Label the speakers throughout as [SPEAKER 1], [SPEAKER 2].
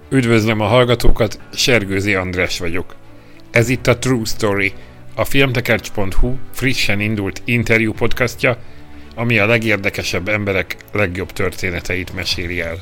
[SPEAKER 1] Üdvözlöm a hallgatókat, Sergőzi András vagyok. Ez itt a True Story, a filmtekercs.hu frissen indult interjú podcastja, ami a legérdekesebb emberek legjobb történeteit meséli el.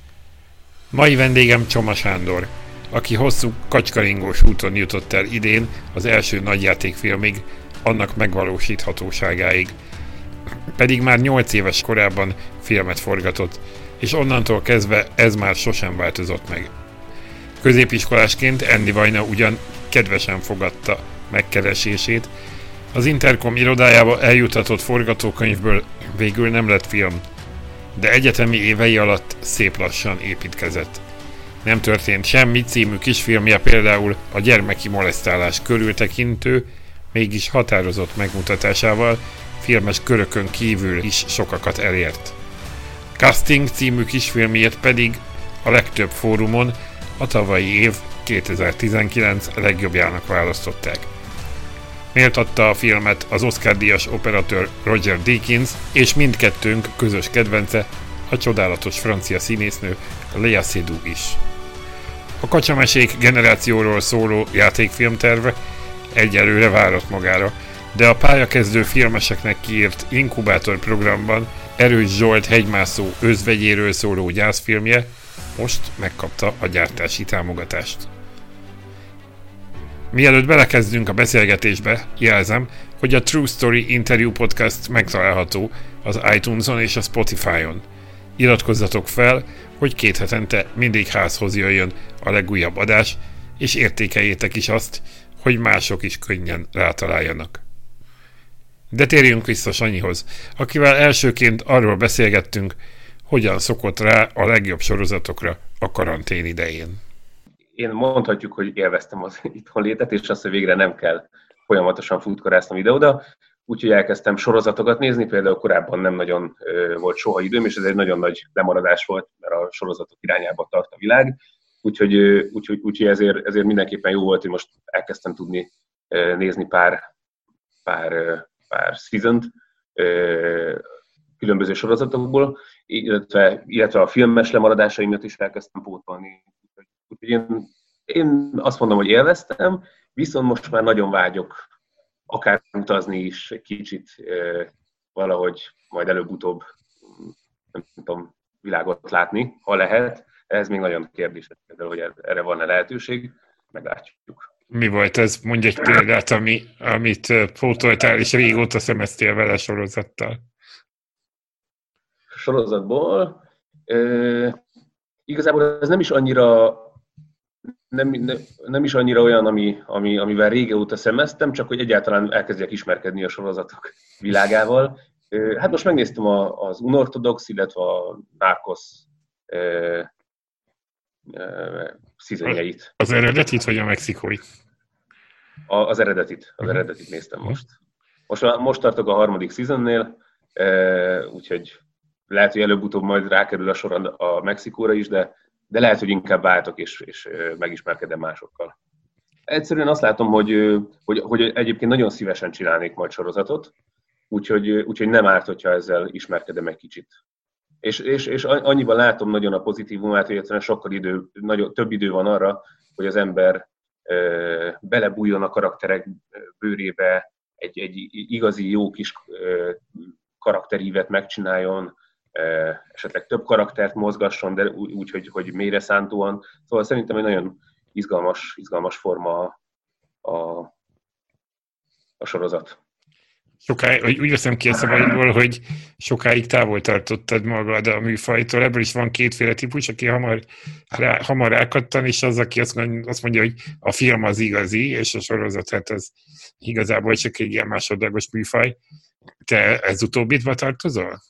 [SPEAKER 1] Mai vendégem Csoma Sándor, aki hosszú kacskaringós úton jutott el idén az első nagyjátékfilmig, annak megvalósíthatóságáig. Pedig már 8 éves korában filmet forgatott, és onnantól kezdve ez már sosem változott meg. Középiskolásként Andy Vajna ugyan kedvesen fogadta megkeresését, az Intercom irodájába eljutatott forgatókönyvből végül nem lett film, de egyetemi évei alatt szép lassan építkezett. Nem történt semmi című kisfilmje például a gyermeki molesztálás körültekintő, mégis határozott megmutatásával filmes körökön kívül is sokakat elért. Casting című kisfilmjét pedig a legtöbb fórumon a tavalyi év 2019 legjobbjának választották. Méltatta a filmet az Oscar-díjas operatőr Roger Deakins, és mindkettőnk közös kedvence, a csodálatos francia színésznő Léa Seydoux is. A Kacsamesék generációról szóló játékfilmterve egyelőre várat magára, de a pályakezdő filmeseknek kiírt inkubátor programban Erős Zsolt hegymászó özvegyéről szóló gyászfilmje most megkapta a gyártási támogatást. Mielőtt belekezdünk a beszélgetésbe, jelzem, hogy a True Story interjú podcast megtalálható az iTunes-on és a Spotify-on. Iratkozzatok fel, hogy 2 hetente mindig házhoz jöjjön a legújabb adás, és értékeljétek is azt, hogy mások is könnyen rátaláljanak. De térjünk vissza Sanyihoz, akivel elsőként arról beszélgettünk, hogyan szokott rá a legjobb sorozatokra a karantén idején.
[SPEAKER 2] Én mondhatjuk, hogy élveztem az itthonlétet, és azt, hogy végre nem kell folyamatosan futkoráznom ide-oda, úgyhogy elkezdtem sorozatokat nézni, például korábban nem nagyon volt soha időm, és ez egy nagyon nagy lemaradás volt, mert a sorozatok irányába tart a világ, úgyhogy ezért mindenképpen jó volt, hogy most elkezdtem tudni nézni pár season-t különböző sorozatokból, illetve a filmes lemaradásaimat is elkezdtem pótolni. Úgyhogy én azt mondom, hogy élveztem, viszont most már nagyon vágyok akár utazni is egy kicsit, valahogy majd előbb-utóbb, nem tudom, világot látni, ha lehet. Ez még nagyon kérdés, hogy erre van-e lehetőség, meglátjuk.
[SPEAKER 1] Mi volt ez? Mondj egy példát, amit pótoltál, és régóta szemeztél vele sorozattal.
[SPEAKER 2] Sorozatból? Igazából ez nem is annyira olyan, amivel régóta szemeztem, csak hogy egyáltalán elkezdjek ismerkedni a sorozatok világával. Hát most megnéztem az Unorthodox, illetve a Narcos szezonjait.
[SPEAKER 1] Az eredetit, vagy a mexikói?
[SPEAKER 2] Az eredetit néztem most. Most tartok a 3. szezonnél, úgyhogy lehet, hogy előbb-utóbb majd rákerül a sor a Mexikóra is, de lehet, hogy inkább váltok és megismerkedem másokkal. Egyszerűen azt látom, hogy egyébként nagyon szívesen csinálnék majd sorozatot, úgyhogy nem árt, hogyha ezzel ismerkedem egy kicsit. És annyiban látom nagyon a pozitívumát, hogy egyszerűen sokkal több idő van arra, hogy az ember belebújjon a karakterek bőrébe, egy igazi jó kis karakterívet megcsináljon, esetleg több karaktert mozgasson, de úgy, hogy mélyre szántóan. Szóval szerintem egy nagyon izgalmas forma a sorozat.
[SPEAKER 1] Úgy veszem ki a szavaidból, hogy sokáig távol tartottad magad a műfajtól. Ebből is van 2 típus, aki hamar rákattan, és az, aki azt mondja, hogy a film az igazi, és a sorozat, hát az igazából csak egy ilyen másodlagos műfaj. Te ez utóbbitba tartozol?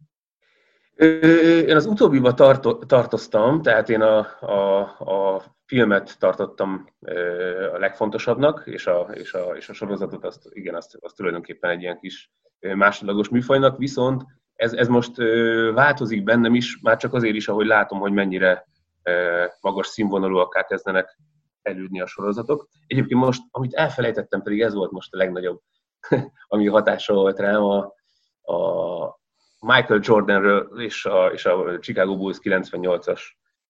[SPEAKER 2] Én az utóbbiba tartoztam, tehát én a filmet tartottam a legfontosabbnak, és a sorozatot azt tulajdonképpen egy ilyen kis másodlagos műfajnak, viszont ez most változik bennem is, már csak azért is, ahogy látom, hogy mennyire magas színvonalúakká kezdenek elődni a sorozatok. Egyébként most, amit elfelejtettem, pedig ez volt most a legnagyobb, ami hatással volt rám, a Michael Jordanről és a Chicago Bulls 98-as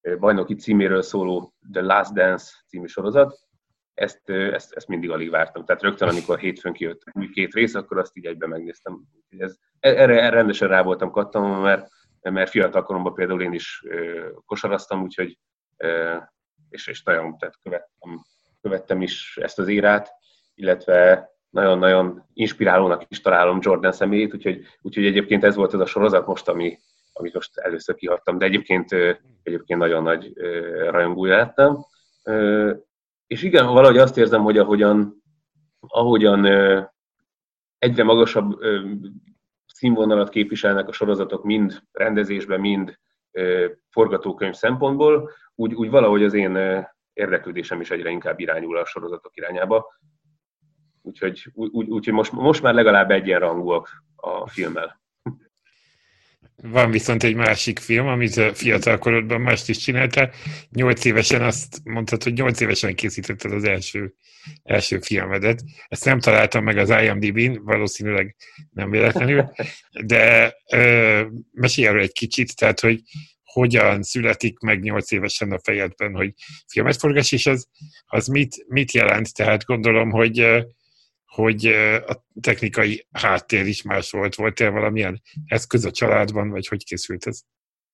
[SPEAKER 2] bajnoki címéről szóló The Last Dance című sorozat. Ezt mindig alig vártam. Tehát rögtön, amikor hétfőn kijött új 2 rész, akkor azt így egyben megnéztem. Erre rendesen rá voltam kattam, mert fiatal koromban például én is kosaraztam, úgyhogy és nagyon tehát követtem is ezt az érát, illetve nagyon-nagyon inspirálónak is találom Jordan személyét, úgyhogy egyébként ez volt az a sorozat most, amit most először kihagytam, de egyébként nagyon nagy rajongója lettem. És igen, valahogy azt érzem, hogy ahogyan egyre magasabb színvonalat képviselnek a sorozatok mind rendezésben, mind forgatókönyv szempontból, úgy valahogy az én érdeklődésem is egyre inkább irányul a sorozatok irányába. Úgyhogy most már legalább egyenrangúak a filmmel.
[SPEAKER 1] Van viszont egy másik film, amit fiatalkorodban mást is csináltál. 8 évesen azt mondtad, hogy 8 évesen készítetted az első filmedet. Ezt nem találtam meg az IMDb-n, valószínűleg nem véletlenül, de mesélj erről egy kicsit, tehát, hogy hogyan születik meg 8 évesen a fejedben, hogy filmet forgass, és az mit jelent? Tehát gondolom, hogy a technikai háttér is más volt. Volt-e valamilyen eszköz a családban, vagy hogy készült ez?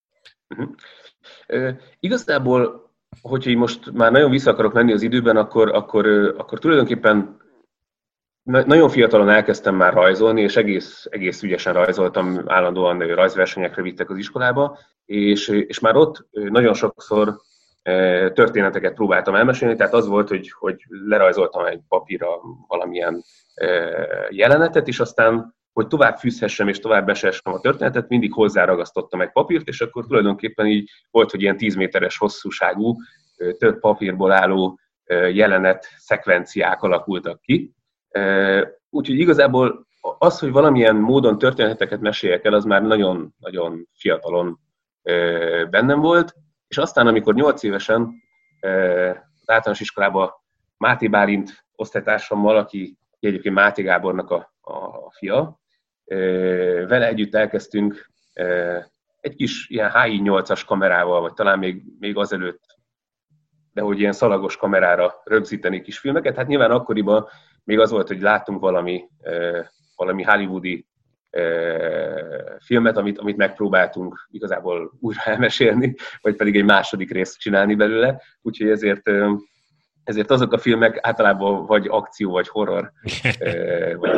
[SPEAKER 2] Igazából, hogyha én most már nagyon vissza akarok menni az időben, akkor tulajdonképpen nagyon fiatalon elkezdtem már rajzolni, és egész ügyesen rajzoltam, állandóan rajzversenyekre vittek az iskolába, és már ott nagyon sokszor történeteket próbáltam elmesélni, tehát az volt, hogy lerajzoltam egy papírra valamilyen jelenetet, és aztán, hogy tovább fűzhessem és tovább mesélhessem a történetet, mindig hozzáragasztottam egy papírt, és akkor tulajdonképpen így volt, hogy ilyen 10 méteres hosszúságú, több papírból álló jelenet szekvenciák alakultak ki. Úgyhogy igazából az, hogy valamilyen módon történeteket meséljek el, az már nagyon-nagyon fiatalon bennem volt, és aztán, amikor 8 évesen az általános iskolában Máté Bálint osztálytársammal, aki egyébként Máté Gábornak a fia, vele együtt elkezdtünk egy kis ilyen HI8-as kamerával, vagy talán még azelőtt, de hogy ilyen szalagos kamerára rögzíteni kis filmeket. Hát nyilván akkoriban még az volt, hogy láttunk valami hollywoodi filmet, amit megpróbáltunk igazából újra elmesélni, vagy pedig egy második részt csinálni belőle. Úgyhogy ezért azok a filmek általában vagy akció, vagy horror, vagy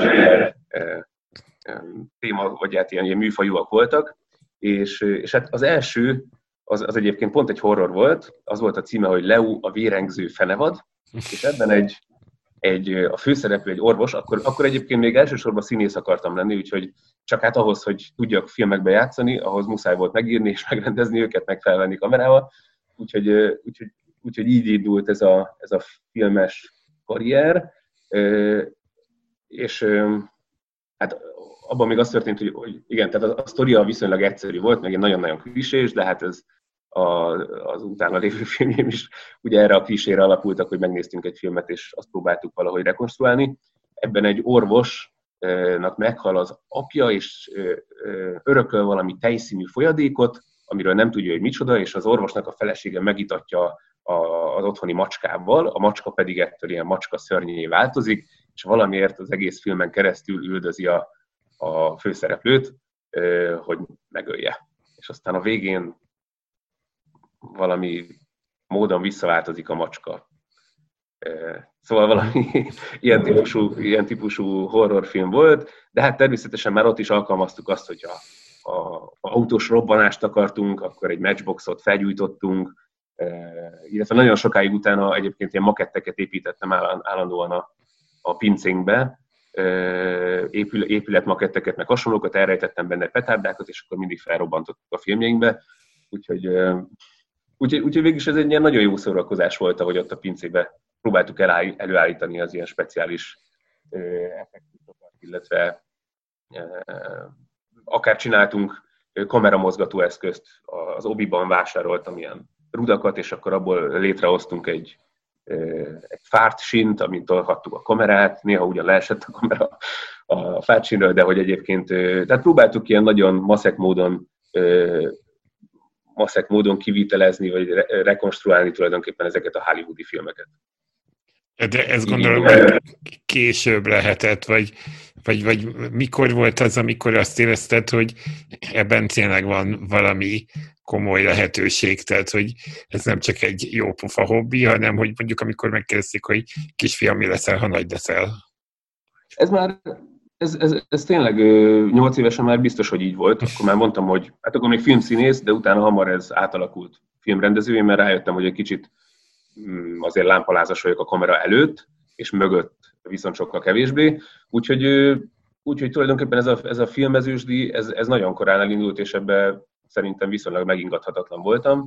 [SPEAKER 2] téma, vagy hát ilyen műfajúak voltak. És hát az első, az egyébként pont egy horror volt, az volt a címe, hogy Leo, a vérengző fenevad, és ebben a főszereplő egy orvos, akkor egyébként még elsősorban színész akartam lenni, úgyhogy csak hát ahhoz, hogy tudjak filmekbe játszani, ahhoz muszáj volt megírni és megrendezni őket, meg felvenni kamerával, úgyhogy így indult ez a filmes karrier, és hát abban még az történt, hogy igen, tehát a sztoria viszonylag egyszerű volt, meg egy nagyon-nagyon klisés, de hát ez az utána lévő filmjeim is ugye erre a klisére alapultak, hogy megnéztünk egy filmet, és azt próbáltuk valahogy rekonstruálni. Ebben egy orvosnak meghal az apja, és örököl valami tejszínű folyadékot, amiről nem tudja, hogy micsoda, és az orvosnak a felesége megitatja az otthoni macskával, a macska pedig ettől ilyen macska szörnyévé változik, és valamiért az egész filmen keresztül üldözi a főszereplőt, hogy megölje. És aztán a végén valami módon visszaváltozik a macska. Szóval valami ilyen típusú horrorfilm volt, de hát természetesen már ott is alkalmaztuk azt, hogy ha autós robbanást akartunk, akkor egy matchboxot felgyújtottunk, illetve nagyon sokáig utána egyébként ilyen maketteket építettem állandóan a pincénkbe, épületmaketteket, meg hasonlókat, elrejtettem benne petárdákat, és akkor mindig felrobbantottuk a filmjeinkbe. Úgyhogy végülis ez egy ilyen nagyon jó szórakozás volt, ahogy ott a pincébe próbáltuk előállítani az ilyen speciális effektusokat, illetve akár csináltunk kameramozgató eszközt, az Obiban vásároltam ilyen rudakat, és akkor abból létrehoztunk egy fártsint, amint tolhattuk a kamerát, néha ugyan leesett a kamera a fártsínről, de hogy egyébként, tehát próbáltuk ilyen nagyon maszek módon maszek módon kivitelezni, vagy rekonstruálni tulajdonképpen ezeket a hollywoodi filmeket.
[SPEAKER 1] De ezt gondolom, hogy később lehetett, vagy mikor volt az, amikor azt érezted, hogy ebben tényleg van valami komoly lehetőség, tehát hogy ez nem csak egy jó pofa hobbi, hanem hogy mondjuk amikor megkérdezték, hogy kisfiam, mi leszel, ha nagy leszel.
[SPEAKER 2] Ez tényleg 8 évesen már biztos, hogy így volt. Akkor már mondtam, hogy hát akkor még filmszínész, de utána hamar ez átalakult filmrendezővé, mert rájöttem, hogy egy kicsit azért lámpalázas vagyok a kamera előtt, és mögött viszont sokkal kevésbé. Úgyhogy tulajdonképpen ez a filmezősdi, ez nagyon korán elindult, és ebben szerintem viszonylag megingathatatlan voltam.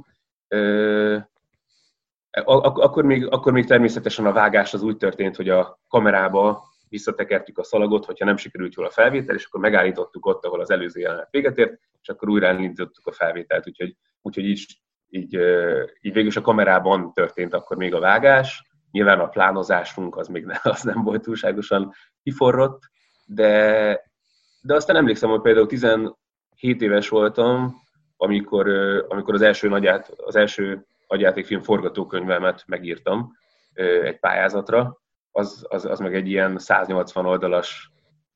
[SPEAKER 2] Akkor még természetesen a vágás az úgy történt, hogy a kamerába visszatekertük a szalagot, hogyha nem sikerült jól a felvétel, és akkor megállítottuk ott, ahol az előző jelenet véget ért, és akkor újra elindítottuk a felvételt. Úgyhogy így végül is a kamerában történt akkor még a vágás. Nyilván a plánozásunk az nem volt túlságosan kiforrott, de aztán emlékszem, hogy például 17 éves voltam, amikor az első nagyjátékfilm forgatókönyvemet megírtam egy pályázatra, az meg egy ilyen 180 oldalas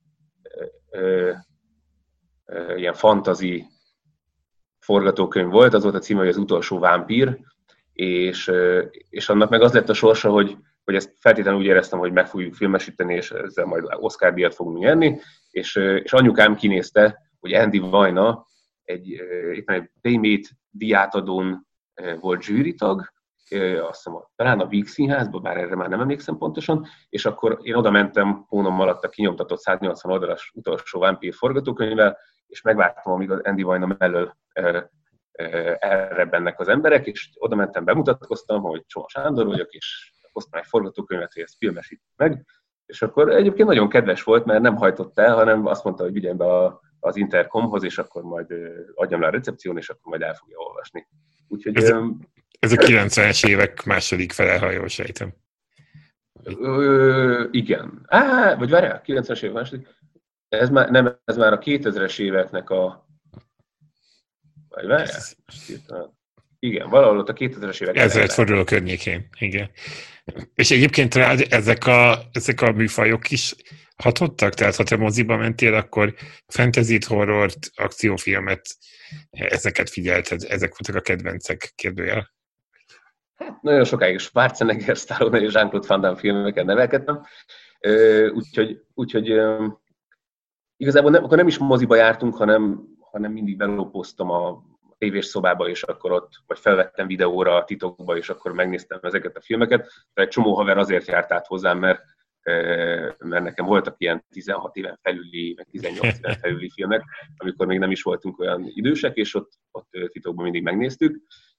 [SPEAKER 2] ilyen fantasy forgatókönyv volt, az volt a címe, hogy Az utolsó vámpír, és annak meg az lett a sorsa, hogy ezt feltétlenül úgy éreztem, hogy meg fogjuk filmesíteni, és ezzel majd Oscar-díjat fogunk nyerni, és anyukám kinézte, hogy Andy Vajna éppen egy Playmate díjátadón volt zsűritag, azt hiszem, talán a Víg Színházban, bár erre már nem emlékszem pontosan, és akkor én oda mentem hónom alatt a kinyomtatott 180 oldalas utolsó vámpír forgatókönyvvel, és megvártam, amíg az Andy Vajna mellől elrebbennek az emberek, és oda mentem, bemutatkoztam, hogy Csoma Sándor vagyok, és hoztam egy forgatókönyvet, hogy ezt filmesítik meg, és akkor egyébként nagyon kedves volt, mert nem hajtott el, hanem azt mondta, hogy vigyen be az Intercomhoz, és akkor majd adjam le a recepción, és akkor majd el fogja olvasni. Úgyhogy...
[SPEAKER 1] Ez a 90-es évek második fele, ha jól sejtem.
[SPEAKER 2] Igen. Vagy várjál, 90-es évek második? Ez már a 2000-es éveknek a... Vagy várjál? Igen, valahol ott a 2000-es évek.
[SPEAKER 1] Ezret forduló környékén, igen. És egyébként rád ezek a műfajok is hatottak? Tehát ha te moziba mentél, akkor fantasy-t, horrort, akciófilmet, ezeket figyelted, ezek voltak a kedvencek, kérdőjel?
[SPEAKER 2] Hát, nagyon sokáig Schwarzenegger, Stallone és Jean-Claude Van Damme filmeket nevelkedtem, úgyhogy igazából akkor nem is moziba jártunk, hanem mindig belopoztam a tévés szobába, és akkor ott, vagy felvettem videóra a titokba, és akkor megnéztem ezeket a filmeket. De egy csomó haver azért járt át hozzám, mert nekem voltak ilyen 16 éven felüli, meg 18 éven felüli filmek, amikor még nem is voltunk olyan idősek, és ott titokban mindig megnéztük.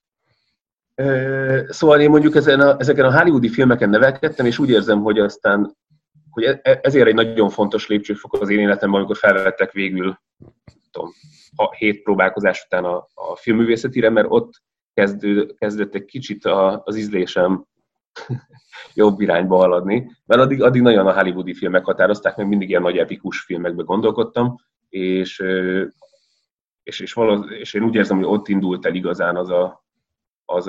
[SPEAKER 2] Szóval én mondjuk ezeken a hollywoodi filmeken nevelkedtem, és úgy érzem, hogy ezért egy nagyon fontos lépcsőfok az én életemben, amikor felvettek végül 7 próbálkozás után a filmművészetire, mert ott kezdett egy kicsit az ízlésem jobb irányba haladni, mert addig nagyon a hollywoodi filmek határozták, meg mindig ilyen nagy epikus filmekbe gondolkodtam, és én úgy érzem, hogy ott indult el igazán az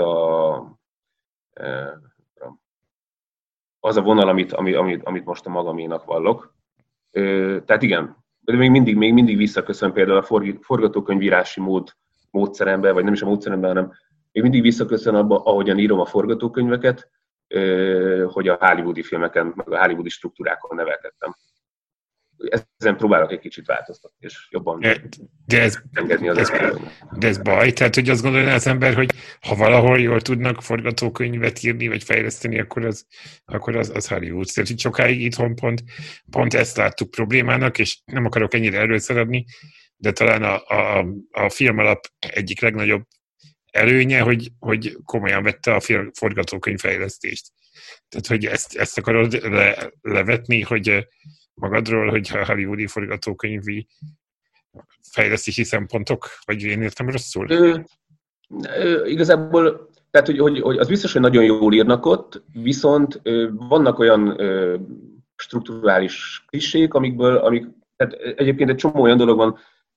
[SPEAKER 2] a vonal, amit most a magaménak vallok. Tehát igen, de még mindig visszaköszön például a forgatókönyvírási módszeremben, vagy nem is a módszeremben, hanem még mindig visszaköszön abba, ahogyan írom a forgatókönyveket, hogy a hollywoodi filmeken, meg a hollywoodi struktúrákon nevelkedtem. Ezen próbálok egy kicsit változtatni, és jobban engedni az
[SPEAKER 1] De ez baj? Tehát, hogy azt gondolná az ember, hogy ha valahol jól tudnak forgatókönyvet írni, vagy fejleszteni, akkor az Hollywood. Tehát, hogy sokáig itthon pont ezt láttuk problémának, és nem akarok ennyire előszaladni, de talán a film alap egyik legnagyobb előnye, hogy komolyan vette a forgatókönyvfejlesztést. Tehát, hogy ezt akarod levetni, hogy magadról, hogy a hollywoodi forgatókönyvi fejlesztési szempontok, vagy én értem rosszul?
[SPEAKER 2] Igazából, tehát, hogy az biztos, hogy nagyon jól írnak ott, viszont vannak olyan strukturális klisék, tehát egyébként egy csomó olyan dolog van,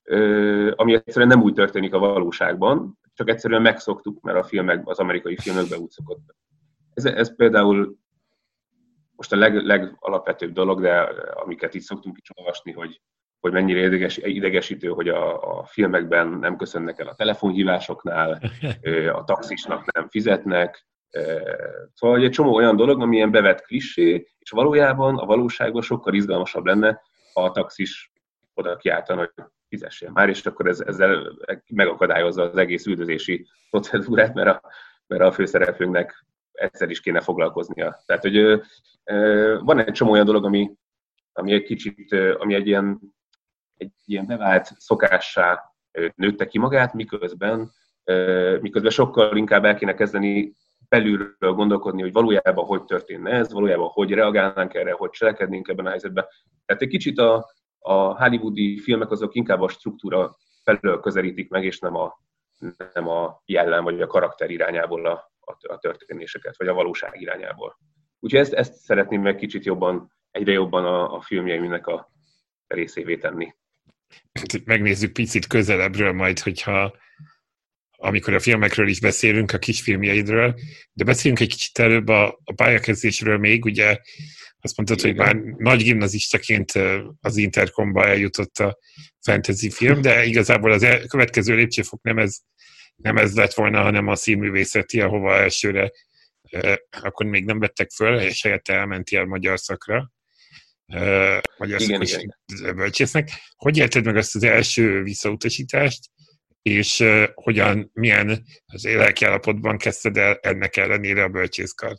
[SPEAKER 2] ami egyszerűen nem úgy történik a valóságban, csak egyszerűen megszoktuk, mert a filmek, az amerikai filmekben úgy szokott. Ez például most a legalapvetőbb dolog, de amiket itt szoktunk is olvasni, hogy mennyire idegesítő, hogy a filmekben nem köszönnek el a telefonhívásoknál, a taxisnak nem fizetnek. Szóval egy csomó olyan dolog, ami ilyen bevett klissé, és valójában a valóságban sokkal izgalmasabb lenne, ha a taxis oda kiáltana, hogy fizessél már, és akkor ezzel megakadályozza az egész üldözési procedúrát, mert a főszereplőnknek ezzel is kéne foglalkoznia. Tehát, hogy van egy csomó olyan dolog, ami egy kicsit, ami egy ilyen bevált szokássá nőtte ki magát, miközben sokkal inkább el kéne kezdeni belülről gondolkodni, hogy valójában hogy történne ez, valójában hogy reagálnánk erre, hogy cselekednénk ebben a helyzetben. Tehát egy kicsit a hollywoodi filmek azok inkább a struktúra felől közelítik meg, és nem a jellem vagy a karakter irányából a történéseket, vagy a valóság irányából. Úgyhogy ezt szeretném meg kicsit jobban, egyre jobban a filmjeimnek a részévé tenni.
[SPEAKER 1] Megnézzük picit közelebbről majd, amikor a filmekről is beszélünk, a kisfilmjeidről, de beszéljünk egy kicsit előbb a pályakezdésről még, ugye azt mondtad, hogy már nagy gimnazistaként az Intercomba eljutott a fantasy film, de igazából az következő lépcsőfok nem ez lett volna, hanem a színművészeti, ahova elsőre akkor még nem vettek föl, és helyette elmentél magyar szakra. Magyar szakos bölcsésznek. Hogy élted meg azt az első visszautasítást, és milyen az lelkiállapotban kezdted el ennek ellenére a bölcsészkart?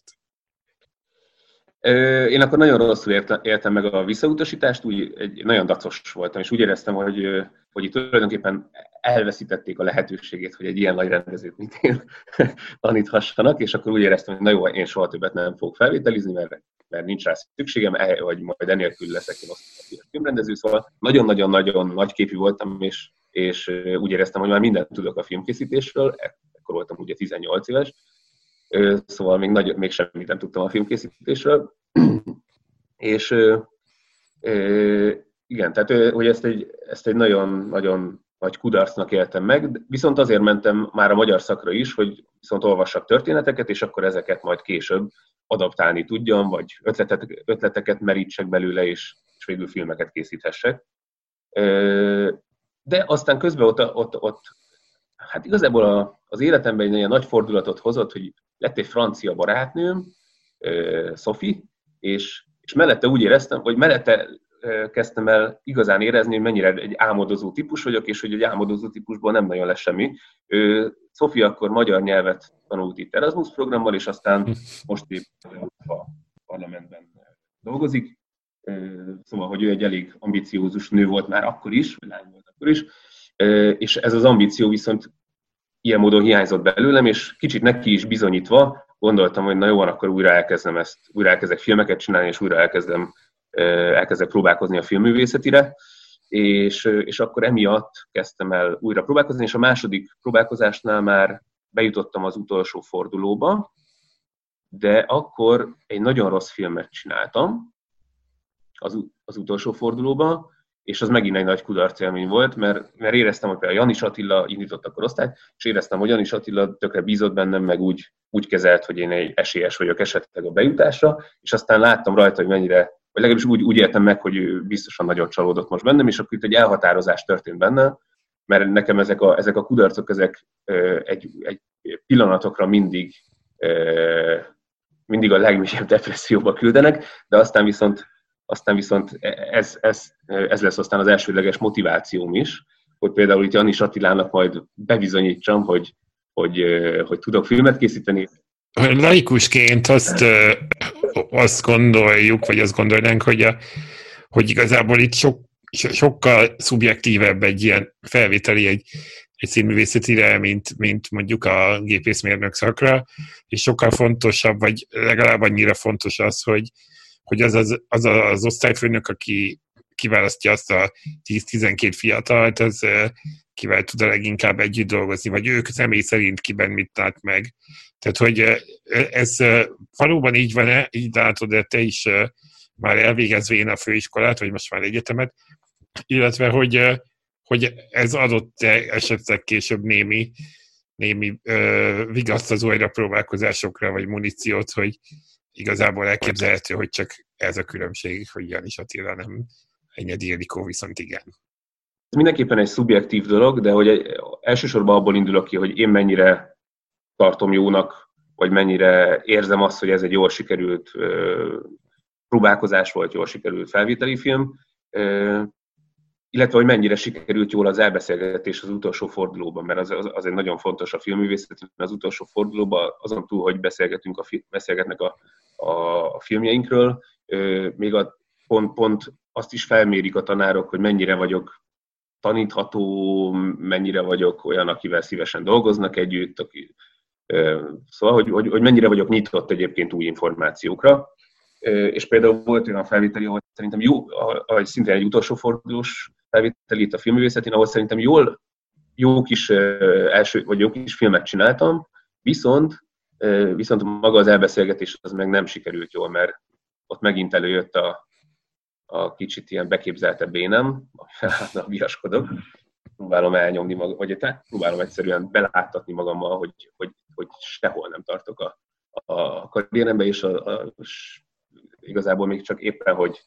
[SPEAKER 2] Én akkor nagyon rosszul éltem meg a visszautasítást, nagyon dacos voltam, és úgy éreztem, hogy itt tulajdonképpen elveszítették a lehetőségét, hogy egy ilyen nagy rendezőt, mint én taníthassanak, és akkor úgy éreztem, hogy na jó, én soha többet nem fogok felvételizni, mert nincs rá szükségem, vagy majd enélkül leszek én osztalék filmrendező, szóval nagyon-nagyon-nagyon nagyképű voltam, és úgy éreztem, hogy már mindent tudok a filmkészítésről, akkor voltam ugye 18 éves, szóval még semmit nem tudtam a filmkészítésről. És igen, tehát hogy ezt egy nagyon-nagyon nagy kudarcnak éltem meg, viszont azért mentem már a magyar szakra is, hogy viszont olvassak történeteket, és akkor ezeket majd később adaptálni tudjam, vagy ötleteket merítsek belőle, és végül filmeket készíthessek. De aztán közben ott hát igazából az életemben egy ilyen nagy fordulatot hozott, hogy lett egy francia barátnőm, Sophie, és mellette úgy éreztem, hogy mellette kezdtem el igazán érezni, hogy mennyire egy álmodozó típus vagyok, és hogy egy álmodozó típusból nem nagyon lesz semmi. Sophie akkor magyar nyelvet tanult itt Erasmus programmal, és aztán most éppen a parlamentben dolgozik. Szóval, hogy ő egy elég ambiciózus nő volt már akkor is, vagy lány volt akkor is, és ez az ambíció viszont ilyen módon hiányzott belőlem, és kicsit neki is bizonyítva gondoltam, hogy na jó, akkor újra elkezdek filmeket csinálni, és újra elkezdek próbálkozni a filmművészetire, és akkor emiatt kezdtem el újra próbálkozni, és a második próbálkozásnál már bejutottam az utolsó fordulóba, de akkor egy nagyon rossz filmet csináltam az utolsó fordulóba, és az megint egy nagy kudarc élmény volt, mert éreztem, hogy például Janis Attila indított a korosztályt, és éreztem, hogy Janis Attila tökre bízott bennem, meg úgy kezelt, hogy én egy esélyes vagyok esetleg a bejutásra, és aztán láttam rajta, hogy mennyire, vagy legalábbis úgy éltem meg, hogy ő biztosan nagyon csalódott most bennem, és akkor itt egy elhatározás történt bennem, mert nekem ezek a kudarcok, ezek egy pillanatokra mindig a legmélyebb depresszióba küldenek, de aztán viszont ez lesz aztán az elsődleges motivációm is, hogy például itt Janis Attilának majd bebizonyítsam, hogy tudok filmet készíteni.
[SPEAKER 1] Laikusként azt gondoljuk, vagy azt gondolnánk, hogy igazából itt sokkal szubjektívebb egy ilyen felvételi egy színművészetire, mint mondjuk a gépészmérnök szakra, és sokkal fontosabb, vagy legalább annyira fontos az, hogy az osztályfőnök, aki kiválasztja azt a 10-12 fiatalt, az kivel tud a leginkább együtt dolgozni, vagy ők személy szerint kiben mit lát meg. Tehát, hogy ez valóban így van-e, így látod, de te is már elvégezvén a főiskolát, vagy most már egyetemet, illetve, hogy ez adott esetleg később némi vigasztazó próbálkozásokra, vagy muníciót, hogy igazából elképzelhető, hogy csak ez a különbség, hogy Janis Attila nem Enyedi Ildikó viszont igen.
[SPEAKER 2] Ez mindenképpen egy szubjektív dolog, de hogy elsősorban abból indulok ki, hogy én mennyire tartom jónak, vagy mennyire érzem azt, hogy ez egy jól sikerült próbálkozás volt, jól sikerült felvételi film, illetve hogy mennyire sikerült jól az elbeszélgetés az utolsó fordulóban, mert az egy nagyon fontos a filmművészetben, az utolsó fordulóban, azon túl, hogy beszélgetnek a filmjeinkről, még pont azt is felmérik a tanárok, hogy mennyire vagyok tanítható, mennyire vagyok olyan, akivel szívesen dolgoznak együtt, szóval, hogy mennyire vagyok nyitott egyébként új információkra. És például volt olyan felvételi, ahol szerintem jó, szintén egy utolsó fordulós felvételi itt a filmművészetén, ahol szerintem jó kis filmet csináltam, viszont maga az elbeszélgetés az meg nem sikerült jól, mert ott megint előjött a kicsit ilyen beképzeltebb énem, amivel viaskodok. Próbálom elnyomni magam, vagy próbálom egyszerűen beláttatni magammal, hogy sehol nem tartok a karrierembe, és igazából még csak éppen, hogy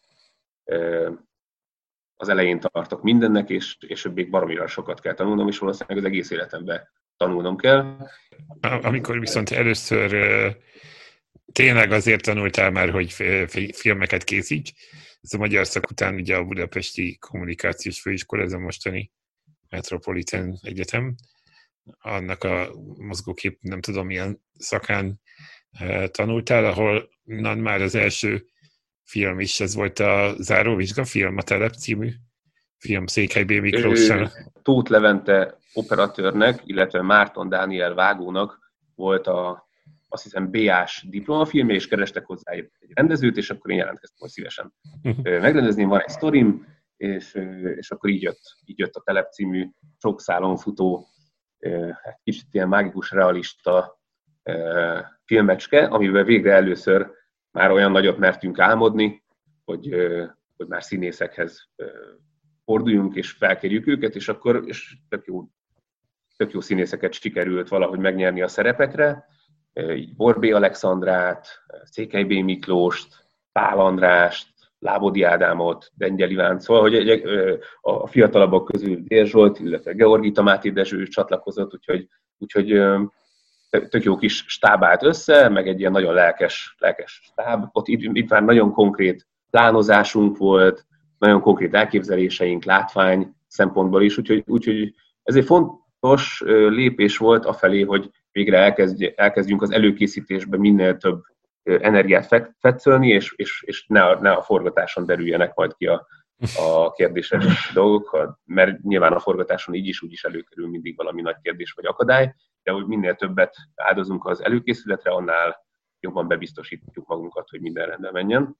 [SPEAKER 2] az elején tartok mindennek, és még baromira sokat kell tanulnom, és valószínűleg az egész életemben tanulnom kell.
[SPEAKER 1] Amikor viszont először tényleg azért tanultál már, hogy filmeket készíts, ez a magyar szak után ugye a Budapesti Kommunikációs Főiskola, ez a mostani Metropolitan Egyetem, annak a mozgókép, nem tudom milyen szakán tanultál, ahol már az első film is, ez volt a záróvizsgafilm, a Telep című film Székely B. Miklóssal.
[SPEAKER 2] Tóth Levente operatőrnek, illetve Márton Dániel vágónak volt azt hiszem BA-s diplomafilmje, és kerestek hozzá egy rendezőt, és akkor én jelentkeztem, hogy szívesen megrendezném, van egy sztorim, és akkor így jött a Telep című sok szálon futó, kicsit ilyen mágikus, realista filmecske, amiben végre először már olyan nagyot mertünk álmodni, hogy már színészekhez forduljunk és felkérjük őket, és akkor tök jó színészeket sikerült valahogy megnyerni a szerepekre. Így Borbély Alexandrát, Székely B. Miklóst, Pál Andrást, Lábodi Ádámot, Dengyel Ivánt, szóval, hogy a fiatalabbak közül Dér Zsolt, illetve Georgita Máté Dezső csatlakozott, úgyhogy tök jó kis stáb állt össze, meg egy ilyen nagyon lelkes stáb. Ott itt már nagyon konkrét plánozásunk volt, nagyon konkrét elképzeléseink, látvány szempontból is, úgyhogy ez egy fontos lépés volt afelé, hogy végre elkezdjünk az előkészítésbe minél több energiát fetszölni, és ne a forgatáson derüljenek majd ki a kérdéses dolgok, mert nyilván a forgatáson így is úgy is előkerül mindig valami nagy kérdés vagy akadály, de hogy minél többet áldozunk az előkészületre, annál jobban bebiztosítjuk magunkat, hogy minden rendben menjen.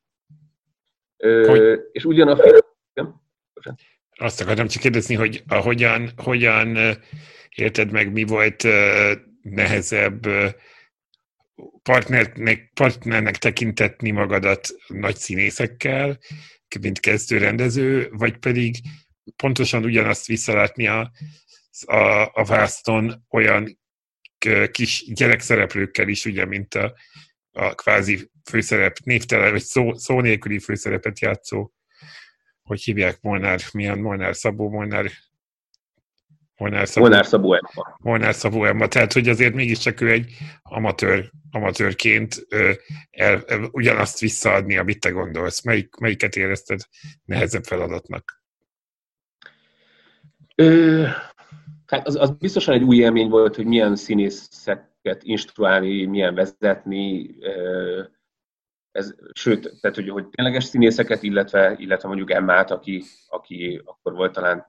[SPEAKER 2] És ugyan a film...
[SPEAKER 1] Azt akartam csak kérdezni, hogy hogyan érted meg, mi volt nehezebb partnernek tekintetni magadat nagy színészekkel, mint kezdőrendező, vagy pedig pontosan ugyanazt visszalátni a vászton olyan kis gyerekszereplőkkel is, ugye, mint a kvázi főszerep, névtelen, vagy szó nélküli főszerepet játszó, hogy hívják, Molnár Szabó Emma. Tehát, hogy azért mégiscsak ő egy amatőrként ugyanazt visszaadni, amit te gondolsz. Melyiket érezted nehezebb feladatnak?
[SPEAKER 2] Hát az biztosan egy új élmény volt, hogy milyen színészeket instruálni, milyen vezetni, sőt, tehát hogy tényleges színészeket, illetve mondjuk Emmát, aki akkor volt talán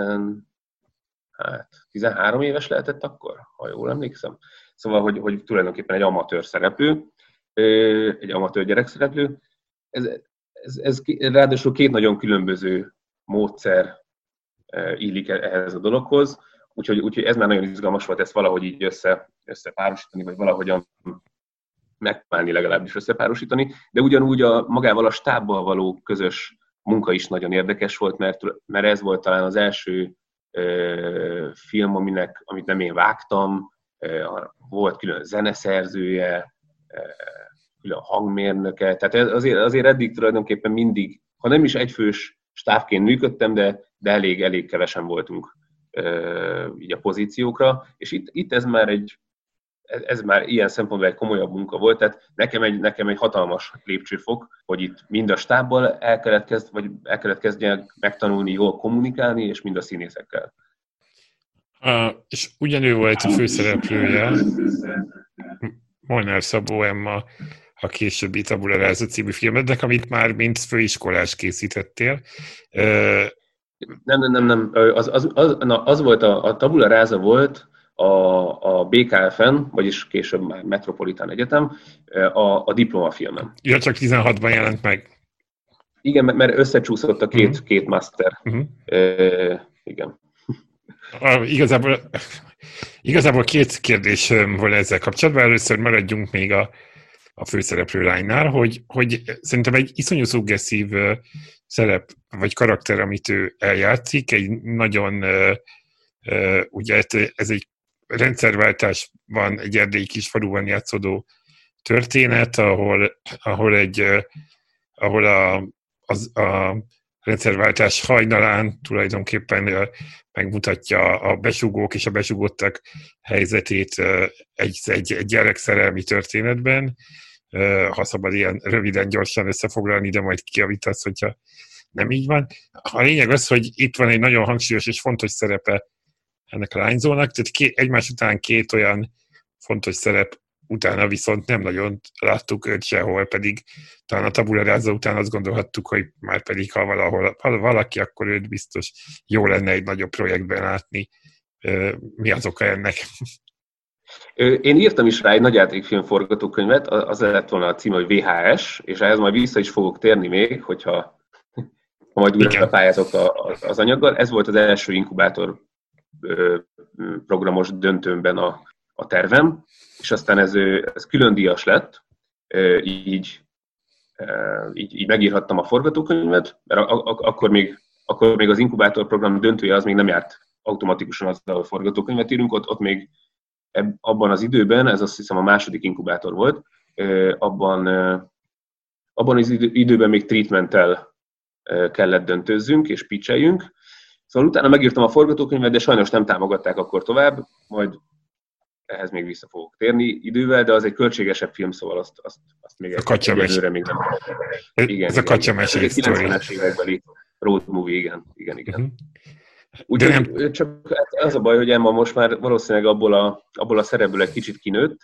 [SPEAKER 2] 13 éves lehetett akkor, ha jól emlékszem. Szóval, hogy tulajdonképpen egy amatőr szereplő, egy amatőr gyerekszereplő. Ez ráadásul két nagyon különböző módszer illik ehhez a dologhoz, úgyhogy ez már nagyon izgalmas volt ezt valahogy így összepárosítani, vagy valahogyan megpróbálni legalábbis összepárosítani, de ugyanúgy magával a stábbal való közös munka is nagyon érdekes volt, mert ez volt talán az első film, amit nem én vágtam, volt külön zeneszerzője, külön hangmérnöke, tehát azért eddig tulajdonképpen mindig, ha nem is egyfős stábként működtem, de elég kevesen voltunk így a pozíciókra, és itt ez már ilyen szempontból egy komolyabb munka volt, tehát nekem egy hatalmas lépcsőfok, hogy itt mind a stábbal el kellett kezdjenek megtanulni jól kommunikálni, és mind a színészekkel.
[SPEAKER 1] És ugyanő volt a főszereplője, Molnár Szabó Emma, a későbbi Tabula Rasa című filmednek, amit már mint főiskolás készítettél.
[SPEAKER 2] Nem. Az volt a Tabula Rasa volt a BKFN, vagyis később már Metropolitán Egyetem, a diplomafilmem.
[SPEAKER 1] Ja, csak 16-ban jelent meg.
[SPEAKER 2] Igen, mert összecsúszott a két master. Igen.
[SPEAKER 1] Igazából két kérdés volt ezzel kapcsolatban. Először maradjunk még a főszereplő lánynál, hogy szerintem egy iszonyú szuggesszív szerep, vagy karakter, amit ő eljátszik, egy nagyon, ugye ez egy rendszerváltásban, egy erdélyi kisfaluban játszódó történet, ahol a rendszerváltás hajnalán tulajdonképpen megmutatja a besugók és a besugottak helyzetét egy gyerekszerelmi történetben. Ha szabad ilyen röviden, gyorsan összefoglalni, de majd kijavítasz, hogyha nem így van. A lényeg az, hogy itt van egy nagyon hangsúlyos és fontos szerepe ennek a lányzónak, tehát egymás után két olyan fontos szerep utána viszont nem nagyon láttuk őt sehol, pedig talán a Tabula Rasa után azt gondolhattuk, hogy már pedig ha valaki, akkor őt biztos jó lenne egy nagyobb projektben látni. Mi az oka ennek?
[SPEAKER 2] Én írtam is rá egy nagyjátékfilm forgatókönyvet, az lett volna a címe, hogy VHS, és ehhez majd vissza is fogok térni még, hogyha majd újra pályázok az anyaggal. Ez volt az első inkubátor programos döntőmben a tervem, és aztán ez külön díjas lett, így megírhattam a forgatókönyvet, mert akkor még az inkubátor program döntője az még nem járt automatikusan azzal, hogy forgatókönyvet írunk, ott még abban az időben, ez azt hiszem a második inkubátor volt, abban az időben még treatmenttel kellett döntőzzünk és pitcheljünk. Szóval utána megírtam a forgatókönyvet, de sajnos nem támogatták akkor tovább, majd ehhez még vissza fogok térni idővel, de az egy költségesebb film, szóval azt még egyelőre még nem. Igen,
[SPEAKER 1] ez a kacsamesei sztori.
[SPEAKER 2] 90-es évekbeli road movie, igen. Úgyhogy csak az a baj, hogy Emma most már valószínűleg abból a szerepből egy kicsit kinőtt,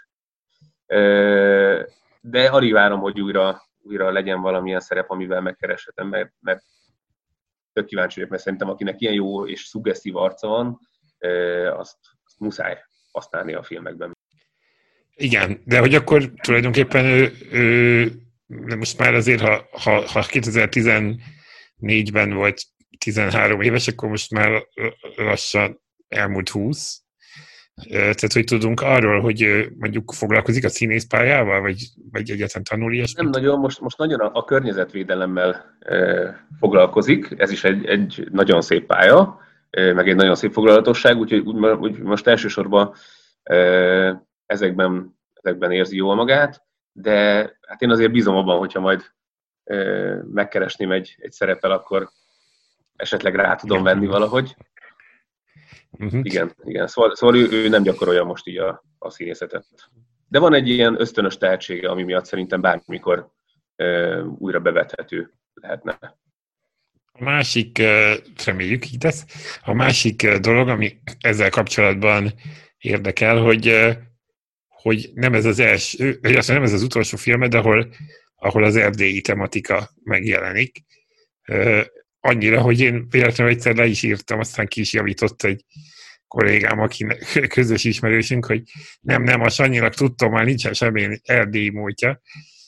[SPEAKER 2] de alig várom, hogy újra legyen valamilyen szerep, amivel megkereshetem, mert tök kíváncsi vagyok, mert szerintem akinek ilyen jó és szuggesztív arca van, azt muszáj használni a filmekben.
[SPEAKER 1] Igen, de hogy akkor tulajdonképpen de most már azért, ha 2014-ben volt 13 éves, akkor most már lassan elmúlt 20. Tehát, hogy tudunk arról, hogy mondjuk foglalkozik a színészpályával, vagy egyáltalán tanul ilyesmit? Nem
[SPEAKER 2] nagyon, most nagyon a környezetvédelemmel foglalkozik, ez is egy nagyon szép pálya, meg egy nagyon szép foglalatosság, úgyhogy most elsősorban ezekben érzi jól magát, de hát én azért bízom abban, hogyha majd megkeresném egy szereppel, akkor esetleg rá tudom venni valahogy. Igen. Szóval ő nem gyakorolja most így a színészetet. De van egy ilyen ösztönös tehetsége, ami miatt szerintem bármikor újra bevethető lehetne.
[SPEAKER 1] A másik, reméljük így lesz, a másik dolog, ami ezzel kapcsolatban érdekel, hogy nem ez az első, nem ez az utolsó filmed, ahol az erdélyi tematika megjelenik. Annyira, hogy én véletlenül egyszer le is írtam, aztán ki is javított egy kollégám, aki közös ismerősünk, hogy nem, a Sanyinak tudtam, már nincsen semmi erdélyi múltja,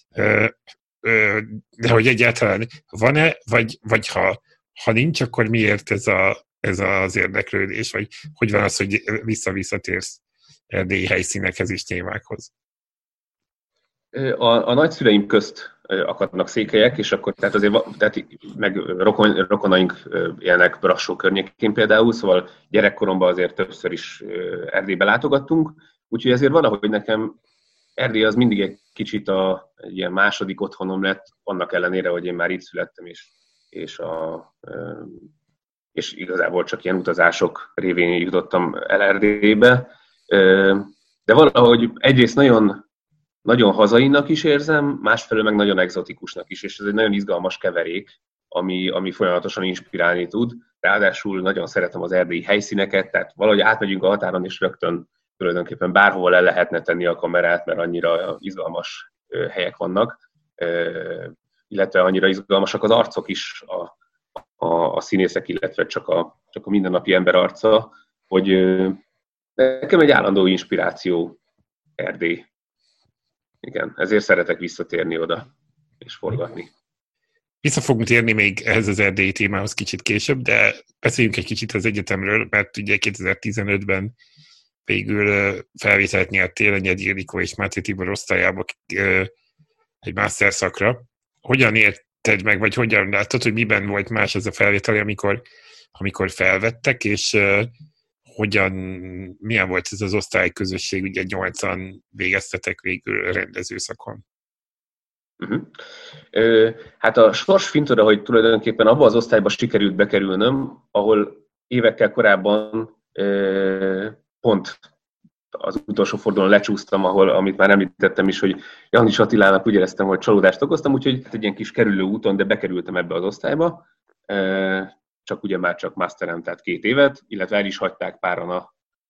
[SPEAKER 1] de hogy egyáltalán van-e, vagy ha nincs, akkor miért ez az érdeklődés, vagy hogy van az, hogy visszatérsz erdélyi helyszínekhez és témákhoz?
[SPEAKER 2] A nagyszüleim közt akadnak székelyek, és akkor tehát azért tehát meg rokonaink élnek Brassó környékén például, szóval gyerekkoromban azért többször is Erdélybe látogattunk, úgyhogy ezért valahogy nekem Erdély az mindig egy kicsit egy ilyen második otthonom lett, annak ellenére, hogy én már itt születtem, és igazából csak ilyen utazások révén jutottam el Erdélybe. De valahogy egyrészt nagyon, nagyon hazainak is érzem, másfelől meg nagyon egzotikusnak is, és ez egy nagyon izgalmas keverék, ami folyamatosan inspirálni tud. Ráadásul nagyon szeretem az erdélyi helyszíneket, tehát valahogy átmegyünk a határon, és rögtön tulajdonképpen bárhova le lehetne tenni a kamerát, mert annyira izgalmas helyek vannak, illetve annyira izgalmasak az arcok is, a színészek, illetve csak a mindennapi ember arca, hogy nekem egy állandó inspiráció Erdély. Igen, ezért szeretek visszatérni oda és forgatni.
[SPEAKER 1] Vissza fogunk térni még ehhez az erdélyi témához kicsit később, de beszéljünk egy kicsit az egyetemről, mert ugye 2015-ben végül felvételt nyertél a Nyedi Ildikó és Máté Tibor osztályába egy master szakra. Hogyan érted meg, vagy hogyan láttad, hogy miben volt más ez a felvétel, amikor felvettek, és milyen volt ez az osztályközösség, ugye 8-an végeztetek végül rendezőszakon?
[SPEAKER 2] Hát a sors fintora, hogy tulajdonképpen abban az osztályba sikerült bekerülnöm, ahol évekkel korábban pont az utolsó fordulón lecsúsztam, amit már említettem is, hogy Janis Attilának úgy éreztem, hogy csalódást okoztam, úgyhogy egy ilyen kis kerülő úton, de bekerültem ebbe az osztályba. Csak ugye már csak masterem, tehát 2 évet, illetve el is hagyták páran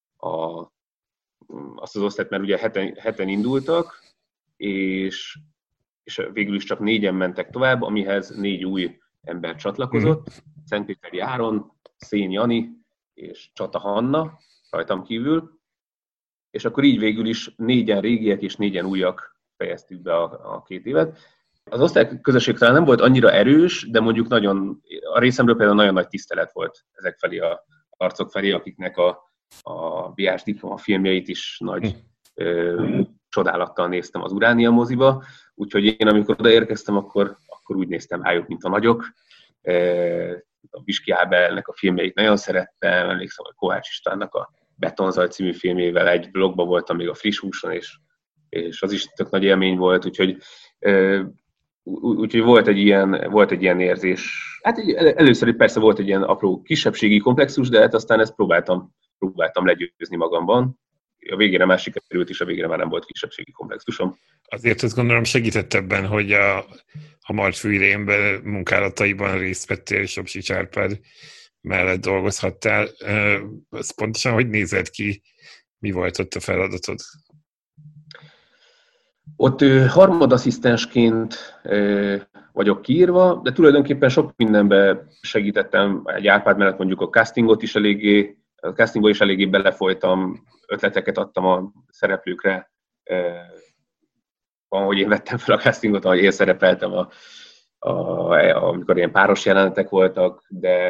[SPEAKER 2] azt az osztályt, mert ugye heten indultak, és végül is csak 4-en mentek tovább, amihez 4 új ember csatlakozott, Szentpéteri Áron, Szén Jani és Csata Hanna, rajtam kívül, és akkor így végül is 4-en régiek és 4-en újak fejeztük be a 2 évet. Az osztályközösség talán nem volt annyira erős, de mondjuk a részemről például nagyon nagy tisztelet volt ezek felé a arcok felé, akiknek a BS diploma filmjeit is nagy csodálattal néztem az Uránia moziba, úgyhogy én amikor odaérkeztem, akkor úgy néztem rájuk, mint a nagyok. A Biski Ábelnek a filmjeit nagyon szerettem, emlékszem, hogy Kovács Istvánnak a Betonzaj című filmjével egy blogban voltam még a Friss Húson, és az is tök nagy élmény volt, úgyhogy volt egy ilyen érzés. Hát először persze volt egy ilyen apró kisebbségi komplexus, de hát aztán ezt próbáltam legyőzni magamban. A végére már sikerült, és a végére már nem volt kisebbségi komplexusom.
[SPEAKER 1] Azért azt gondolom segített ebben, hogy a Martfű idején munkálataiban részt vettél, és Opsics Árpád mellett dolgozhattál. Ez pontosan hogy nézett ki? Mi volt ott a feladatod?
[SPEAKER 2] Ott harmadasszisztensként vagyok kiírva, de tulajdonképpen sok mindenben segítettem. Egy Árpád mellett mondjuk a castingban is eléggé belefolytam, ötleteket adtam a szereplőkre. Van, hogy én vettem fel a castingot, ahogy én szerepeltem, amikor ilyen páros jelenetek voltak,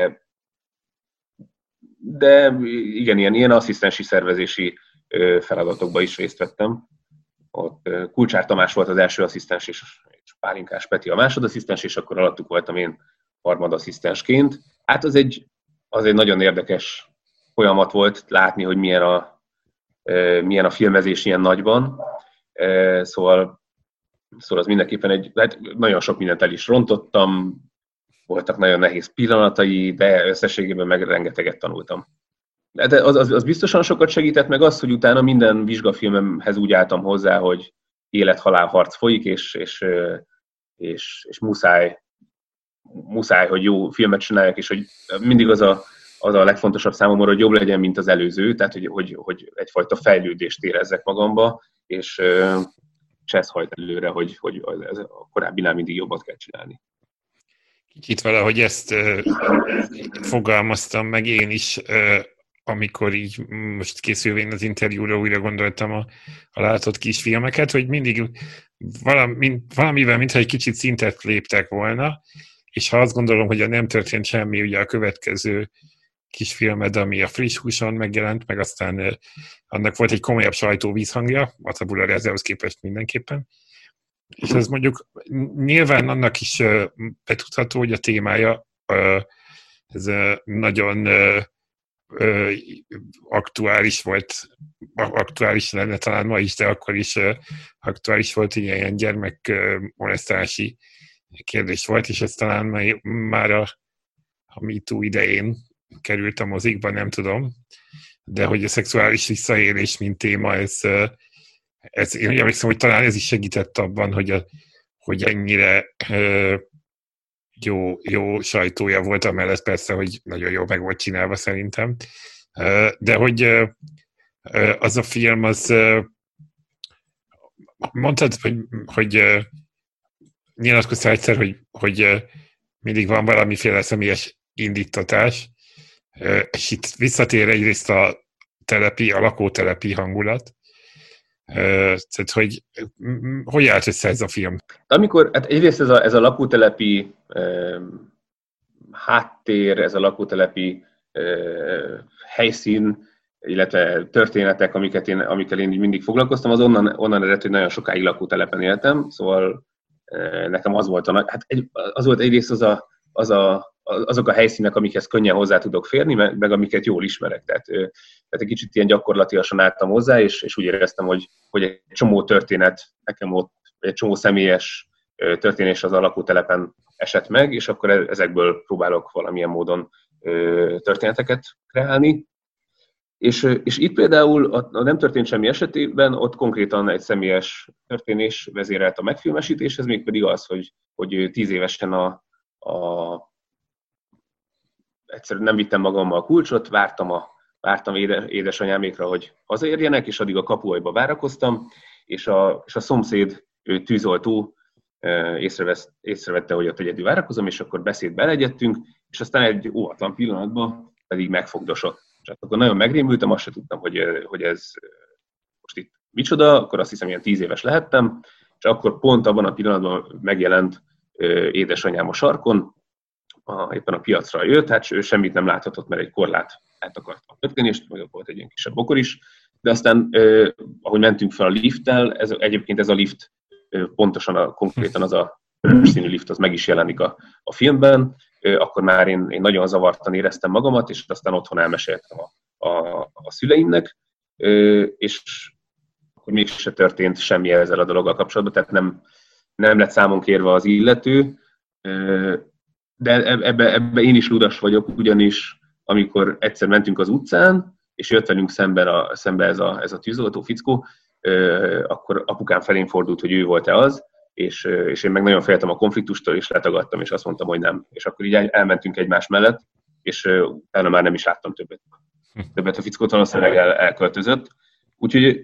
[SPEAKER 2] de igen, ilyen asszisztensi szervezési feladatokban is részt vettem. Ott Kulcsár Tamás volt az első asszisztens, és Pálinkás Peti a másodasszisztens, és akkor alattuk voltam én harmadasszisztensként. Hát az egy nagyon érdekes folyamat volt látni, hogy milyen a filmezés ilyen nagyban. Szóval az mindenképpen hát nagyon sok mindent el is rontottam, voltak nagyon nehéz pillanatai, de összességében meg rengeteget tanultam. De az biztosan sokat segített, meg az, hogy utána minden vizsgafilmemhez úgy álltam hozzá, hogy élet-halál harc folyik, és muszáj, hogy jó filmet csináljak, és hogy mindig az a legfontosabb számomra, hogy jobb legyen, mint az előző, tehát hogy egyfajta fejlődést érezzek magamba, és ez hajt előre, hogy a korábbinál mindig jobbat kell csinálni.
[SPEAKER 1] Kicsit valahogy ezt fogalmaztam meg én is, amikor így most készülvén az interjúra újra gondoltam a látott kisfilmeket, hogy mindig valamivel, mintha egy kicsit szintet léptek volna, és ha azt gondolom, hogy nem történt semmi, ugye a következő kisfilmed, ami a Friss Húson megjelent, meg aztán annak volt egy komolyabb sajtóvízhangja, a Tabula Rasához képest mindenképpen, És ez mondjuk nyilván annak is betudható, hogy a témája ez nagyon aktuális lenne talán ma is, de akkor is aktuális volt, hogy ilyen gyermekmolesztálási kérdés volt, és ez talán már a MeToo idején került a mozikba, nem tudom, de hogy a szexuális visszaélés, mint téma, ez én úgy emlékszem, hogy talán ez is segített abban, hogy ennyire jó sajtója volt, amellett persze, hogy nagyon jól meg volt csinálva szerintem. De hogy az a film, az mondtad, hogy nyilatkoztál egyszer, hogy mindig van valamiféle személyes indítatás, és itt visszatér egyrészt a lakótelepi hangulat. Tehát, hogy állt össze ez a film?
[SPEAKER 2] Amikor, hát egyrészt ez a lakótelepi háttér, ez a lakótelepi helyszín, illetve történetek, amikkel én így mindig foglalkoztam, az onnan eredt, hogy nagyon sokáig lakótelepen éltem, szóval nekem az volt az volt egyrészt azok a helyszínek, amikhez könnyen hozzá tudok férni, meg amiket jól ismerek. Tehát egy kicsit ilyen gyakorlatilasan álltam hozzá, és úgy éreztem, hogy egy csomó történet nekem ott, egy csomó személyes történés az a lakótelepen esett meg, és akkor ezekből próbálok valamilyen módon történeteket kreálni. És itt például a Nem történt semmi esetében ott konkrétan egy személyes történés vezérelt a megfilmesítéshez, mégpedig az, hogy 10 évesen egyszerűen nem vittem magammal a kulcsot, vártam édesanyámékra, hogy hazaérjenek, és addig a kapuajba várakoztam, és a szomszéd tűzoltó észrevette, hogy ott egyedül várakozom, és akkor beszédbe elegyedtünk, és aztán egy óvatlan pillanatban pedig megfogdosott. És akkor nagyon megrémültem, azt sem tudtam, hogy ez most itt micsoda, akkor azt hiszem, ilyen 10 éves lehettem, és akkor pont abban a pillanatban megjelent édesanyám a sarkon, éppen a piacra jött, hát ő semmit nem láthatott, mert egy korlát át akarta a pötkenést, meg volt egy ilyen kisebb bokor is, de aztán, ahogy mentünk fel a lifttel, egyébként ez a lift pontosan konkrétan az a színű lift, az meg is jelenik a filmben, akkor már én nagyon zavartan éreztem magamat, és aztán otthon elmeséltem a szüleimnek, és akkor mégse történt semmi ezzel a dologgal kapcsolatban, tehát nem lett számon kérve az illető, de ebbe én is ludas vagyok, ugyanis amikor egyszer mentünk az utcán, és jött velünk szembe ez a tűzoltó fickó, akkor apukám felén fordult, hogy ő volt-e az, és én meg nagyon féltem a konfliktustól, és letagadtam, és azt mondtam, hogy nem. És akkor így elmentünk egymás mellett, és utána már nem is láttam többet. A fickót valószínűleg elköltözött. Úgyhogy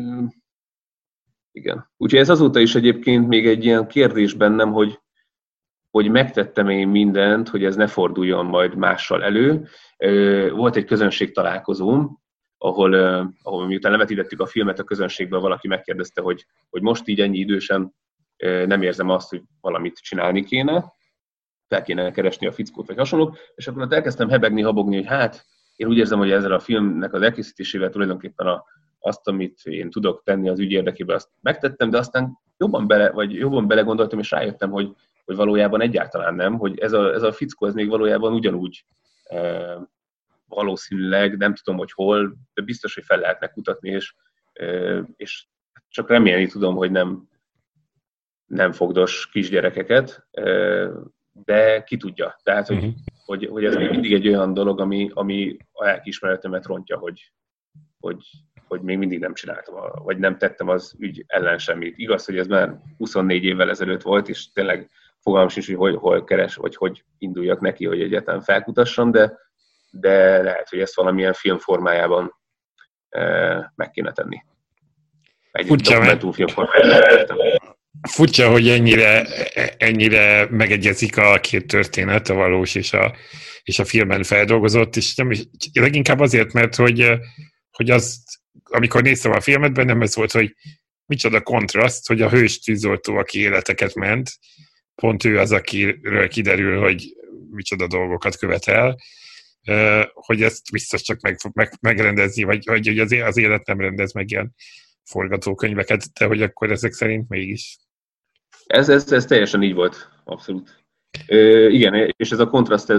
[SPEAKER 2] igen. Úgyhogy ez azóta is egyébként még egy ilyen kérdés bennem, hogy megtettem én mindent, hogy ez ne forduljon majd mással elő. Volt egy közönségtalálkozóm, ahol miután levetítettük a filmet, a közönségből valaki megkérdezte, hogy most így ennyi idősen nem érzem azt, hogy valamit csinálni kéne, fel kéne keresni a fickót, vagy hasonlók, és akkor ott elkezdtem hebegni, habogni, hogy hát én úgy érzem, hogy ezzel a filmnek az elkészítésével tulajdonképpen azt, amit én tudok tenni az ügy érdekében, azt megtettem, de aztán jobban belegondoltam, és rájöttem, hogy valójában egyáltalán nem, hogy ez a fickó, ez még valójában ugyanúgy valószínűleg, nem tudom, hogy hol, de biztos, hogy fel lehetne kutatni, és csak remélni tudom, hogy nem fogdos kisgyerekeket, de ki tudja. Tehát, hogy ez még mindig egy olyan dolog, ami a lelkiismeretemet rontja, hogy még mindig nem csináltam, vagy nem tettem az ügy ellen semmit. Igaz, hogy ez már 24 évvel ezelőtt volt, és tényleg fogalmam sincs, hogy hol keres, vagy hogy induljak neki, hogy egyáltalán felkutassam, de lehet, hogy ezt valamilyen film formájában meg kéne tenni. Egy dokumentumfilm formájában.
[SPEAKER 1] Furcsa, hogy ennyire megegyezik a két történet, a valós és a filmben feldolgozott, és leginkább azért, mert hogy azt, amikor néztem a filmet, bennem ez volt, hogy micsoda kontraszt, hogy a hős tűzoltó, aki életeket ment, pont ő az, akiről kiderül, hogy micsoda dolgokat követel, hogy ezt biztos csak megrendezni, vagy hogy az élet nem rendez meg ilyen forgatókönyveket, de hogy akkor ezek szerint mégis.
[SPEAKER 2] Ez teljesen így volt, abszolút. Igen, és ez a kontraszt,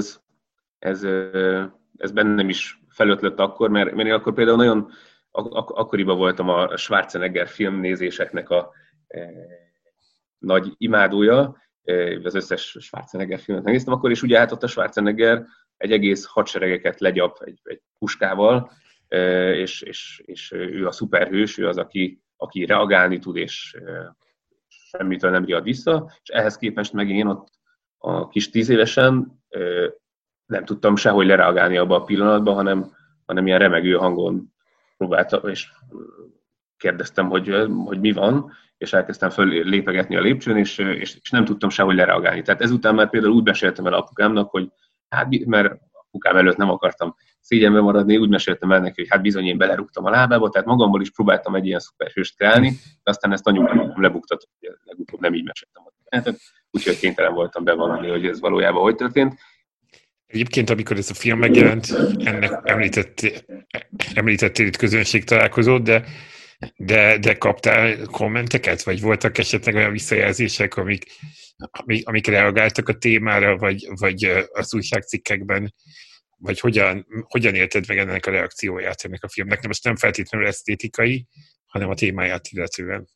[SPEAKER 2] ez bennem is felötlött akkor, mert én akkor például nagyon akkoriban voltam a Schwarzenegger filmnézéseknek a nagy imádója, az összes Schwarzenegger filmet megnéztem akkor, és ugye hát ott a Schwarzenegger egy egész hadseregeket legyap egy puskával, és ő a szuperhős, ő az, aki reagálni tud, és semmitől nem riad vissza, és ehhez képest meg én ott a kis 10 évesen nem tudtam sehogy lereagálni abba a pillanatban, hanem ilyen remegő hangon próbáltam, és kérdeztem, hogy mi van, és elkezdtem lépegetni a lépcsőn, és nem tudtam sehogy lereagálni. Tehát ezután már például úgy meséltem el apukámnak, hogy hát, mert apukám előtt nem akartam szégyenbe maradni, úgy meséltem el neki, hogy hát bizony én belerúgtam a lábába, tehát magamból is próbáltam egy ilyen szuperhőst kreálni, de aztán ezt anyukám lebuktatott, hogy legutóbb nem így meséltem. Úgyhogy kénytelen voltam bevallani, hogy ez valójában hogy történt.
[SPEAKER 1] Egyébként, amikor ez a film megjelent, ennek említettél itt közönségtalálkozót, de kaptál kommenteket, vagy voltak esetleg olyan visszajelzések, amik reagáltak a témára, vagy az újságcikkekben, vagy hogyan élted meg ennek a reakcióját ennek a filmnek? Most nem feltétlenül esztétikai, hanem a témáját illetően.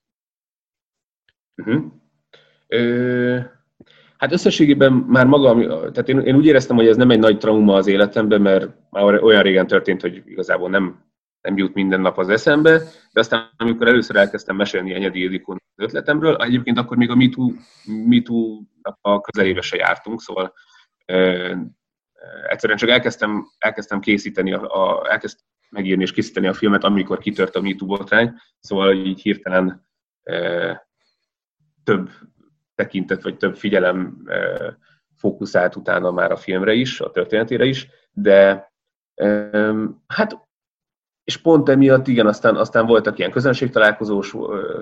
[SPEAKER 2] Hát összességében már maga, tehát én úgy éreztem, hogy ez nem egy nagy trauma az életemben, mert már olyan régen történt, hogy igazából nem jut minden nap az eszembe, de aztán amikor először elkezdtem mesélni Enyedi Ildikónak az ötletemről, egyébként akkor még a MeToo-nak a közelébe se jártunk, szóval egyszerűen csak elkezdtem készíteni, elkezdtem megírni és készíteni a filmet, amikor kitört a MeToo botrány, szóval így hirtelen több tekintet, vagy több figyelem fókuszált utána már a filmre is, a történetére is, de hát, és pont emiatt igen, aztán voltak ilyen közönségtalálkozós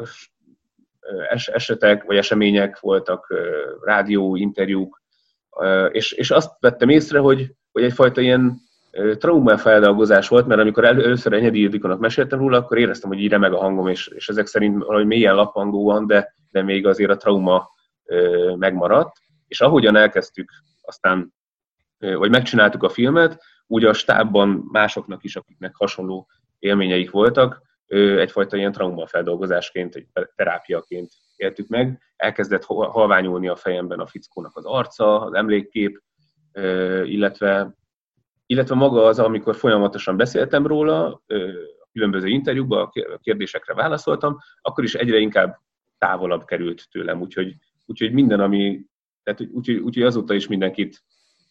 [SPEAKER 2] esetek, vagy események, voltak rádió, interjúk, és azt vettem észre, hogy egyfajta ilyen traumafeldolgozás volt, mert amikor először Enyedi Ildikónak meséltem róla, akkor éreztem, hogy így remeg a hangom, és ezek szerint valahogy mélyen lappangóan, de még azért a trauma megmaradt, és ahogyan elkezdtük aztán, vagy megcsináltuk a filmet, úgy a stábban másoknak is, akiknek hasonló élményeik voltak, egyfajta ilyen traumafeldolgozásként, egy terápiaként éltük meg. Elkezdett halványulni a fejemben a fickónak az arca, az emlékkép, illetve maga az, amikor folyamatosan beszéltem róla, a különböző interjúkban, a kérdésekre válaszoltam, akkor is egyre inkább távolabb került tőlem, úgyhogy minden, tehát úgyhogy azóta is mindenkit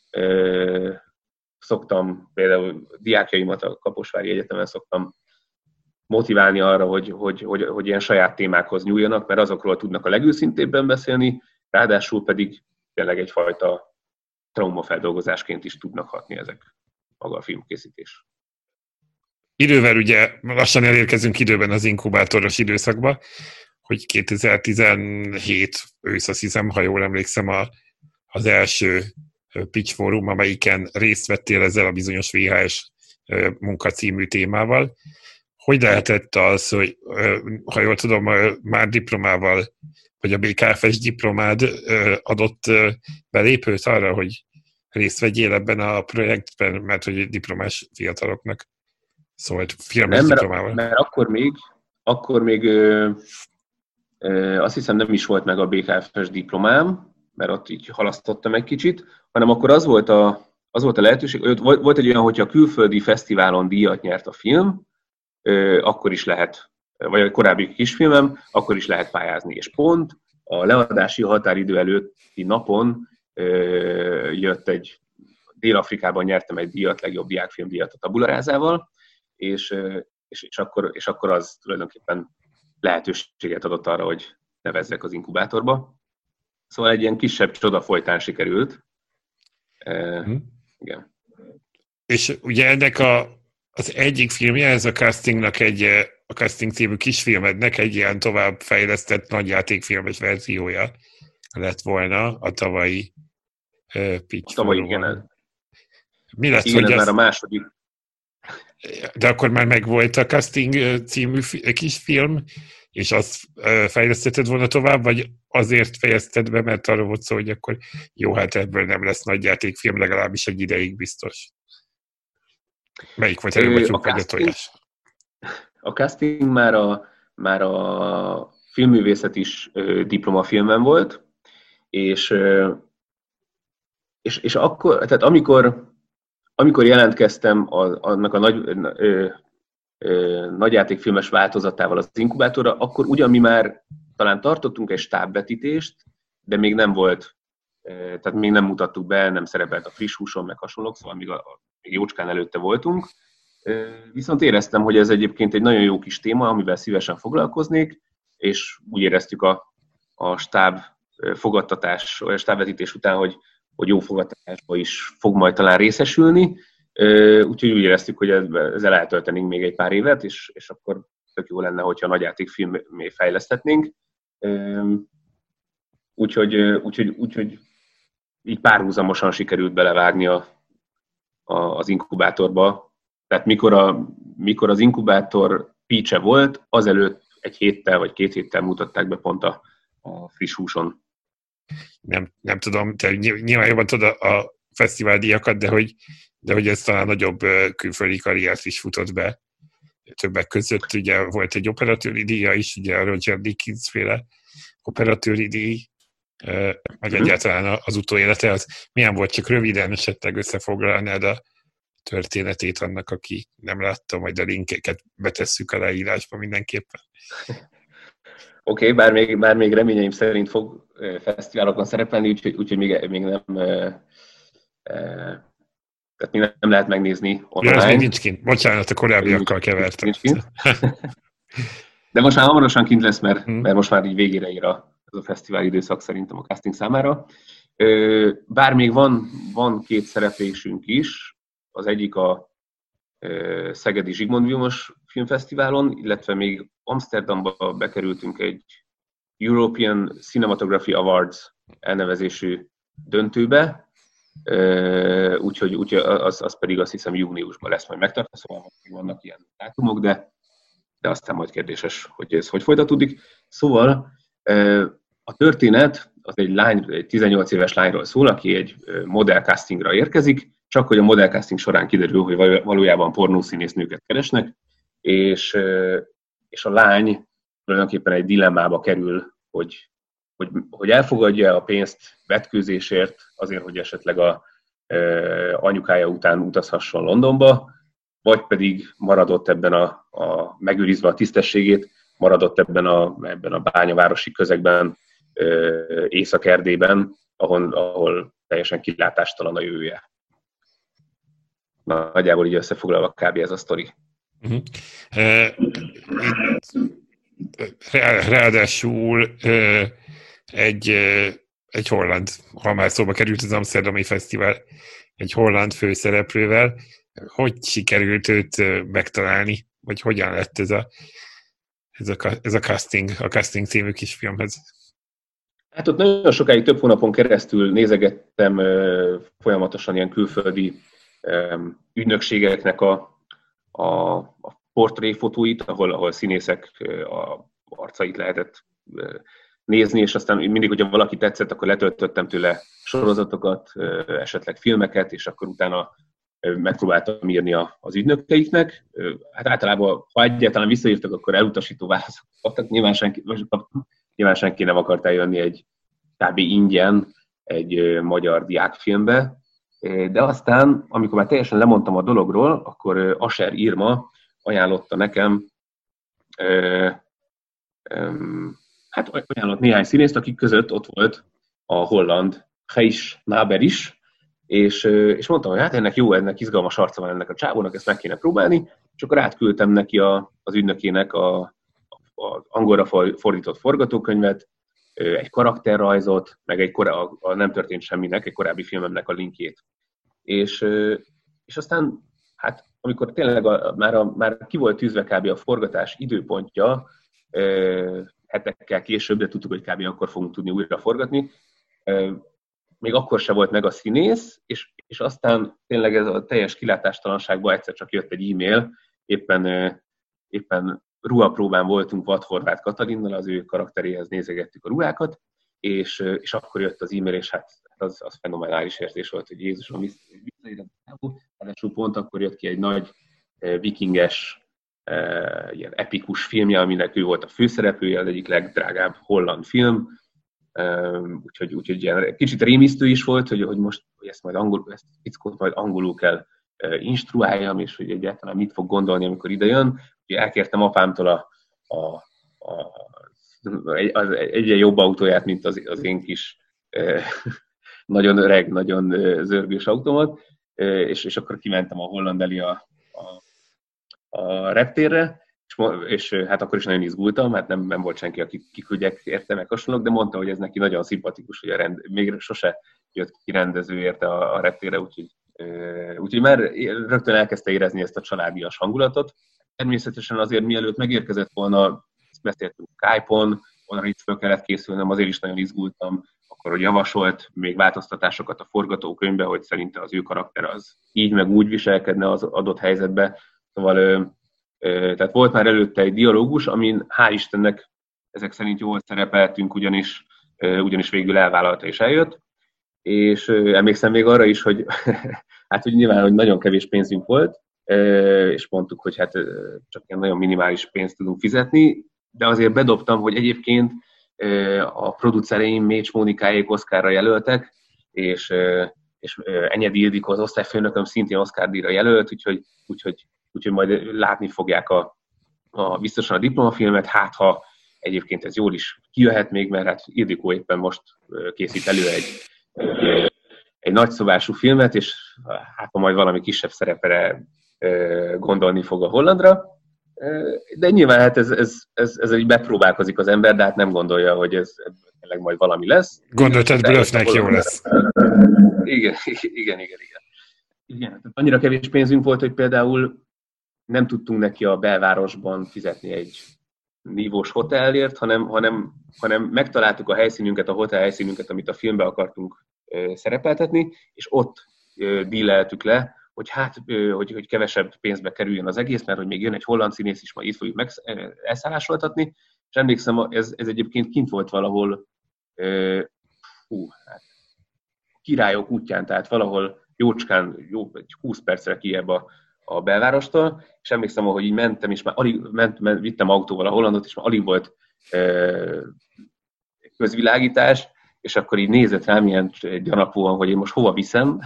[SPEAKER 2] szoktam, például diákjaimat a Kaposvári Egyetemen szoktam motiválni arra, hogy ilyen saját témákhoz nyúljanak, mert azokról tudnak a legőszintébben beszélni, ráadásul pedig tényleg egyfajta traumafeldolgozásként is tudnak hatni ezek, maga a filmkészítés.
[SPEAKER 1] Idővel ugye lassan elérkezünk időben az inkubátoros időszakba, hogy 2017 ősz, azt hiszem, ha jól emlékszem, az első pitch fórum, amelyiken részt vettél ezzel a bizonyos VHS munkacímű témával. Hogy lehetett az, hogy ha jól tudom, már diplomával, vagy a BKFS diplomád adott belépőt arra, hogy részt vegyél ebben a projektben, mert hogy diplomás fiataloknak szólt filmes diplomával?
[SPEAKER 2] Mert akkor még azt hiszem nem is volt meg a BKFS diplomám, mert ott így halasztottam egy kicsit, hanem akkor az volt a lehetőség, volt egy olyan, hogyha a külföldi fesztiválon díjat nyert a film, akkor is lehet, vagy a korábbi kisfilmem, akkor is lehet pályázni. És pont a leadási határidő előtti napon jött Dél-Afrikában nyertem egy díjat, legjobb diákfilmdíjat a Tabula Rásával, és akkor az tulajdonképpen lehetőséget adott arra, hogy nevezzek az inkubátorba. Szóval egy ilyen kisebb csoda folytán sikerült. Igen.
[SPEAKER 1] És ugye ennek az egyik filmje, ez a Castingnak a Casting című kisfilmednek egy ilyen továbbfejlesztett nagyjátékfilmes verziója lett volna a tavalyi pitch.
[SPEAKER 2] Tavalyi, igen.
[SPEAKER 1] Mi lett,
[SPEAKER 2] igen,
[SPEAKER 1] hogy
[SPEAKER 2] ez már a második.
[SPEAKER 1] De akkor már megvolt a Casting című kis film, és azt fejlesztetted volna tovább, vagy azért fejezted be, mert arra volt szó, hogy akkor jó, hát ebből nem lesz nagyjátékfilm, legalábbis egy ideig biztos. Melyik volt előbb a tyúk vagy a tojás?
[SPEAKER 2] A casting már a filmművészet is diplomafilmem volt, és akkor, tehát amikor jelentkeztem annak a nagyjátékfilmes változatával az inkubátorra, akkor ugyan mi már talán tartottunk egy stábvetítést, de még nem volt, tehát még nem mutattuk be, nem szerepelt a friss húson, meg hasonlók, szóval még jócskán előtte voltunk. Viszont éreztem, hogy ez egyébként egy nagyon jó kis téma, amivel szívesen foglalkoznék, és úgy éreztük a stáb fogadtatás, vagy a stábvetítés után, hogy jó fogadtatásba is fog majd talán részesülni. Úgyhogy úgy éreztük, hogy ezzel eltöltenénk még egy pár évet, és akkor tök jó lenne, hogyha nagyjátékfilmmé fejlesztetnénk. Úgyhogy így párhuzamosan sikerült belevágni az inkubátorba. Tehát mikor az inkubátor pitche volt, azelőtt egy héttel vagy 2 héttel mutatták be pont a friss húson.
[SPEAKER 1] Nem tudom, te nyilván jobban tudod a fesztiváldíjakat, de hogy ez talán nagyobb külföldi karriert is futott be. Többek között ugye volt egy operatőri díja is, ugye a Roger Dickens féle operatőri díj, meg egyáltalán az utóélete, az milyen volt, csak röviden esetleg összefoglalnád a történetét annak, aki nem látta, majd a linkeket betesszük a leírásba mindenképpen.
[SPEAKER 2] Oké, bár még reményeim szerint fog fesztiválokon szerepelni, úgyhogy még nem, tehát még nem lehet megnézni online.
[SPEAKER 1] Ja, ez még nincs kint. Bocsánat, a korábbiakkal kevertem.
[SPEAKER 2] De most már hamarosan kint lesz, mert most már így végére ér ez a fesztivál időszak szerintem a casting számára. Bár még van 2 szereplésünk is, az egyik a Szegedi Zsigmond Vilmos Filmfesztiválon, illetve még Amsterdamba bekerültünk egy European Cinematography Awards elnevezésű döntőbe, úgyhogy az pedig azt hiszem júniusban lesz majd megtartva, szóval vannak ilyen dátumok, de aztán majd kérdéses, hogy ez hogy folytatódik. Szóval a történet az egy 18 éves lányról szól, aki egy modellcastingra érkezik, csak hogy a modellcasting során kiderül, hogy valójában pornószínésznőket keresnek, és a lány tulajdonképpen egy dilemmába kerül, hogy elfogadja a pénzt vetkőzésért, azért, hogy esetleg a anyukája után utazhasson Londonba, vagy pedig maradott ebben megőrizve a tisztességét, maradott ebben a bányavárosi közegben, Észak-Erdélyben, ahol teljesen kilátástalan a jövője. Nagyjából így összefoglalva kb. Ez a sztori.
[SPEAKER 1] Ráadásul egy holland, ha már szóba került az Amsterdami Fesztivál, egy holland főszereplővel. Hogy sikerült őt megtalálni? Vagy hogyan lett ez a casting című kisfilmhez?
[SPEAKER 2] Hát ott nagyon sokáig, több hónapon keresztül nézegettem folyamatosan ilyen külföldi ügynökségeknek a portréfotóit, ahol színészek arcait lehetett nézni, és aztán mindig, hogyha valaki tetszett, akkor letöltöttem tőle sorozatokat, esetleg filmeket, és akkor utána megpróbáltam írni az ügynökeiknek. Hát általában, ha egyáltalán visszaírtak, akkor elutasító válaszokat kaptak. Nyilván senki nem akart eljönni egy kb. Ingyen egy magyar diákfilmbe. De aztán, amikor már teljesen lemondtam a dologról, akkor Asher Irma ajánlotta nekem, ajánlott néhány színészt, akik között ott volt a holland Gijs Naber is, és mondtam, hogy hát ennek izgalmas arca van ennek a csávónak, ezt meg kéne próbálni, és akkor átküldtem neki az ügynökének az angolra fordított forgatókönyvet, egy karakterrajzot, meg nem történt semminek, egy korábbi filmemnek a linkjét. És aztán, hát amikor tényleg már ki volt tűzve kb. A forgatás időpontja, hetekkel később, de tudtuk, hogy kb. Akkor fogunk tudni újra forgatni, még akkor se volt meg a színész, és aztán tényleg ez a teljes kilátástalanságban egyszer csak jött egy e-mail, éppen ruhapróbán voltunk Vad-Horváth Katalinnal, az ő karakteréhez nézegettük a ruhákat, és akkor jött az e-mail, és hát az fenomenális érzés volt, hogy Jézusom, visszaérett a távol. Ráadásul pont akkor jött ki egy nagy vikinges, ilyen epikus filmje, aminek ő volt a főszereplője, az egyik legdrágább holland film, úgyhogy ilyen kicsit rémisztő is volt, hogy most hogy ezt a fickót majd angolul kell instruáljam, és hogy egyáltalán mit fog gondolni, amikor ide jön. Elkértem apámtól az egyre jobb autóját, mint az én kis nagyon öreg, nagyon zörgős autómat, és akkor kimentem a Holland elé a reptérre, és hát akkor is nagyon izgultam, hát nem volt senki, aki kiküldjek érte, meg hasonlók, de mondta, hogy ez neki nagyon szimpatikus, hogy még sose jött ki rendező érte a reptérre, úgyhogy már rögtön elkezdte érezni ezt a családias hangulatot. Természetesen azért mielőtt megérkezett volna, beszéltünk Skype-on, onnan itt fel kellett készülnem, azért is nagyon izgultam, akkor hogy javasolt még változtatásokat a forgatókönyvbe, hogy szerinte az ő karakter az így meg úgy viselkedne az adott helyzetbe. Szóval tehát volt már előtte egy dialógus, amin hál' Istennek ezek szerint jól szerepeltünk, ugyanis végül elvállalta és eljött. És emlékszem még arra is, hogy hát hogy nyilván hogy nagyon kevés pénzünk volt, és mondtuk, hogy hát csak ilyen nagyon minimális pénzt tudunk fizetni, de azért bedobtam, hogy egyébként a producereim Mécs Mónikáék Oscarra jelöltek, és Enyedi Ildikó, az osztályfőnököm szintén Oscar-díjra jelölt, úgyhogy majd látni fogják biztosan a diplomafilmet, hát ha egyébként ez jól is kijöhet még, mert hát Ildikó éppen most készít elő egy nagyszobású filmet, és hát ha majd valami kisebb szerepre gondolni fog a Hollandra. De nyilván hát ez így bepróbálkozik az ember, de hát nem gondolja, hogy ez tényleg majd valami lesz.
[SPEAKER 1] Gondoltad, blöffnek jó lesz.
[SPEAKER 2] Igen. Tehát annyira kevés pénzünk volt, hogy például nem tudtunk neki a belvárosban fizetni egy nívós hotelért, hanem megtaláltuk a helyszínünket, a hotel helyszínünket, amit a filmbe akartunk szerepeltetni, és ott díleltük le, hogy kevesebb pénzbe kerüljön az egész, mert hogy még jön egy holland színész is, majd itt fogjuk elszállásoltatni. És emlékszem, ez egyébként kint volt valahol Királyok útján, tehát valahol jócskán, egy 20 percre kijebb a belvárostól, és emlékszem, hogy így mentem, és már alig vittem autóval a Hollandot, és már alig volt közvilágítás, és akkor így nézett rám ilyen gyanakvóan, hogy én most hova viszem,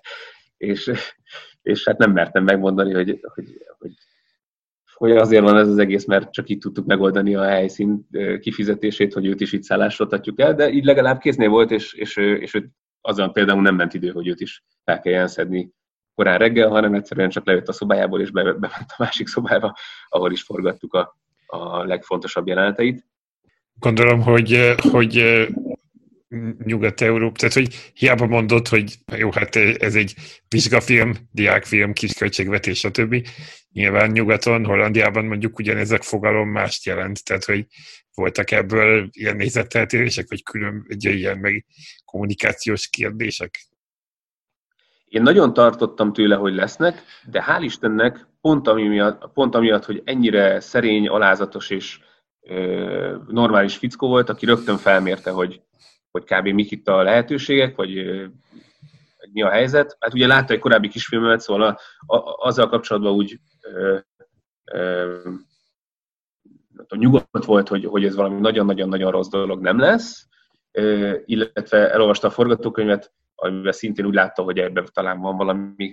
[SPEAKER 2] és hát nem mertem megmondani, hogy azért van ez az egész, mert csak így tudtuk megoldani a helyszín kifizetését, hogy őt is itt szállásrotatjuk el, de így legalább kéznél volt, és őt azon például nem ment idő, hogy őt is fel kelljen szedni korán reggel, hanem egyszerűen csak lejött a szobájából, és bement a másik szobába, ahol is forgattuk a legfontosabb jeleneteit.
[SPEAKER 1] Gondolom, hogy Nyugat-Európa, tehát hogy hiába mondod, hogy jó, hát ez egy vizsgafilm, diákfilm, kis költségvetés, stb. Nyilván nyugaton, Hollandiában mondjuk ugyanezek fogalom mást jelent, tehát hogy voltak ebből ilyen nézeteltérések, vagy ilyen meg kommunikációs kérdések?
[SPEAKER 2] Én nagyon tartottam tőle, hogy lesznek, de hál' Istennek pont amiatt, hogy ennyire szerény, alázatos és normális fickó volt, aki rögtön felmérte, hogy kb. Mik itt a lehetőségek, vagy mi a helyzet. Hát ugye látta egy korábbi kisfilmet, szóval azzal kapcsolatban úgy nyugodt volt, hogy ez valami nagyon-nagyon-nagyon rossz dolog nem lesz, illetve elolvasta a forgatókönyvet, amiben szintén úgy látta, hogy ebben talán van valami,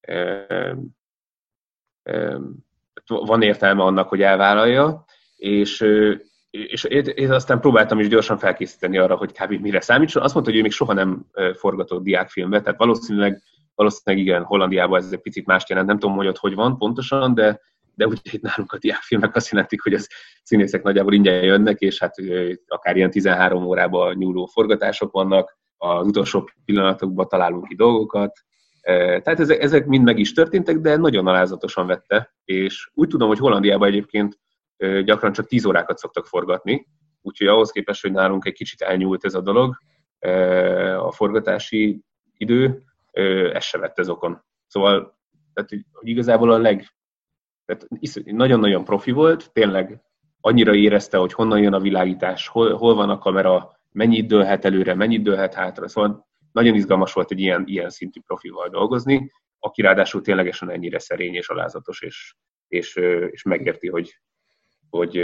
[SPEAKER 2] van értelme annak, hogy elvállalja, és én aztán próbáltam is gyorsan felkészíteni arra, hogy kb. Mire számítson. Azt mondta, hogy ő még soha nem forgatott diákfilmbe, tehát valószínűleg igen, Hollandiában ez egy picit mást jelent, nem tudom, hogy ott hogy van pontosan, de úgy itt nálunk a diákfilmek azt jelentik, hogy az színészek nagyjából ingyen jönnek, és hát akár ilyen 13 órában nyúló forgatások vannak, az utolsó pillanatokban találunk ki dolgokat. Tehát ezek mind meg is történtek, de nagyon alázatosan vette, és úgy tudom, hogy Hollandiában egyébként gyakran csak 10 órákat szoktak forgatni, úgyhogy ahhoz képest, hogy nálunk egy kicsit elnyúlt ez a dolog, a forgatási idő, ez se vett ezokon. Szóval tehát, hogy igazából tehát nagyon-nagyon profi volt, tényleg annyira érezte, hogy honnan jön a világítás, hol van a kamera, mennyit dőlhet előre, mennyit dőlhet hátra. Szóval nagyon izgalmas volt egy ilyen szintű profival dolgozni, aki ráadásul ténylegesen ennyire szerény és alázatos, és megérti, hogy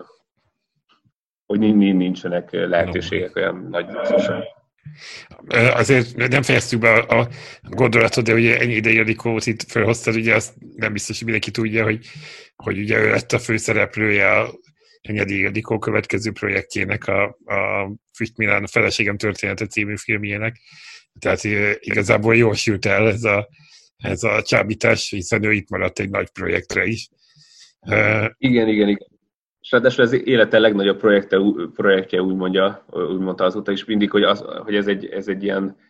[SPEAKER 2] nincsenek lehetőségek olyan nagy biztosan.
[SPEAKER 1] Azért nem fejeztük be a gondolatot, de ugye ennyi ideig Ildikót itt felhoztad, ugye azt nem biztos, hogy mindenki tudja, hogy ugye ő lett a főszereplője a Enyedi Ildikó következő projektjének, a Füst Milán, a Feleségem története című filmjének. Tehát igazából jól sült el ez a csábítás, hiszen ő itt maradt egy nagy projektre is.
[SPEAKER 2] Igen. És ráadásul ez élete legnagyobb projektje úgy mondta azóta is mindig, hogy ez egy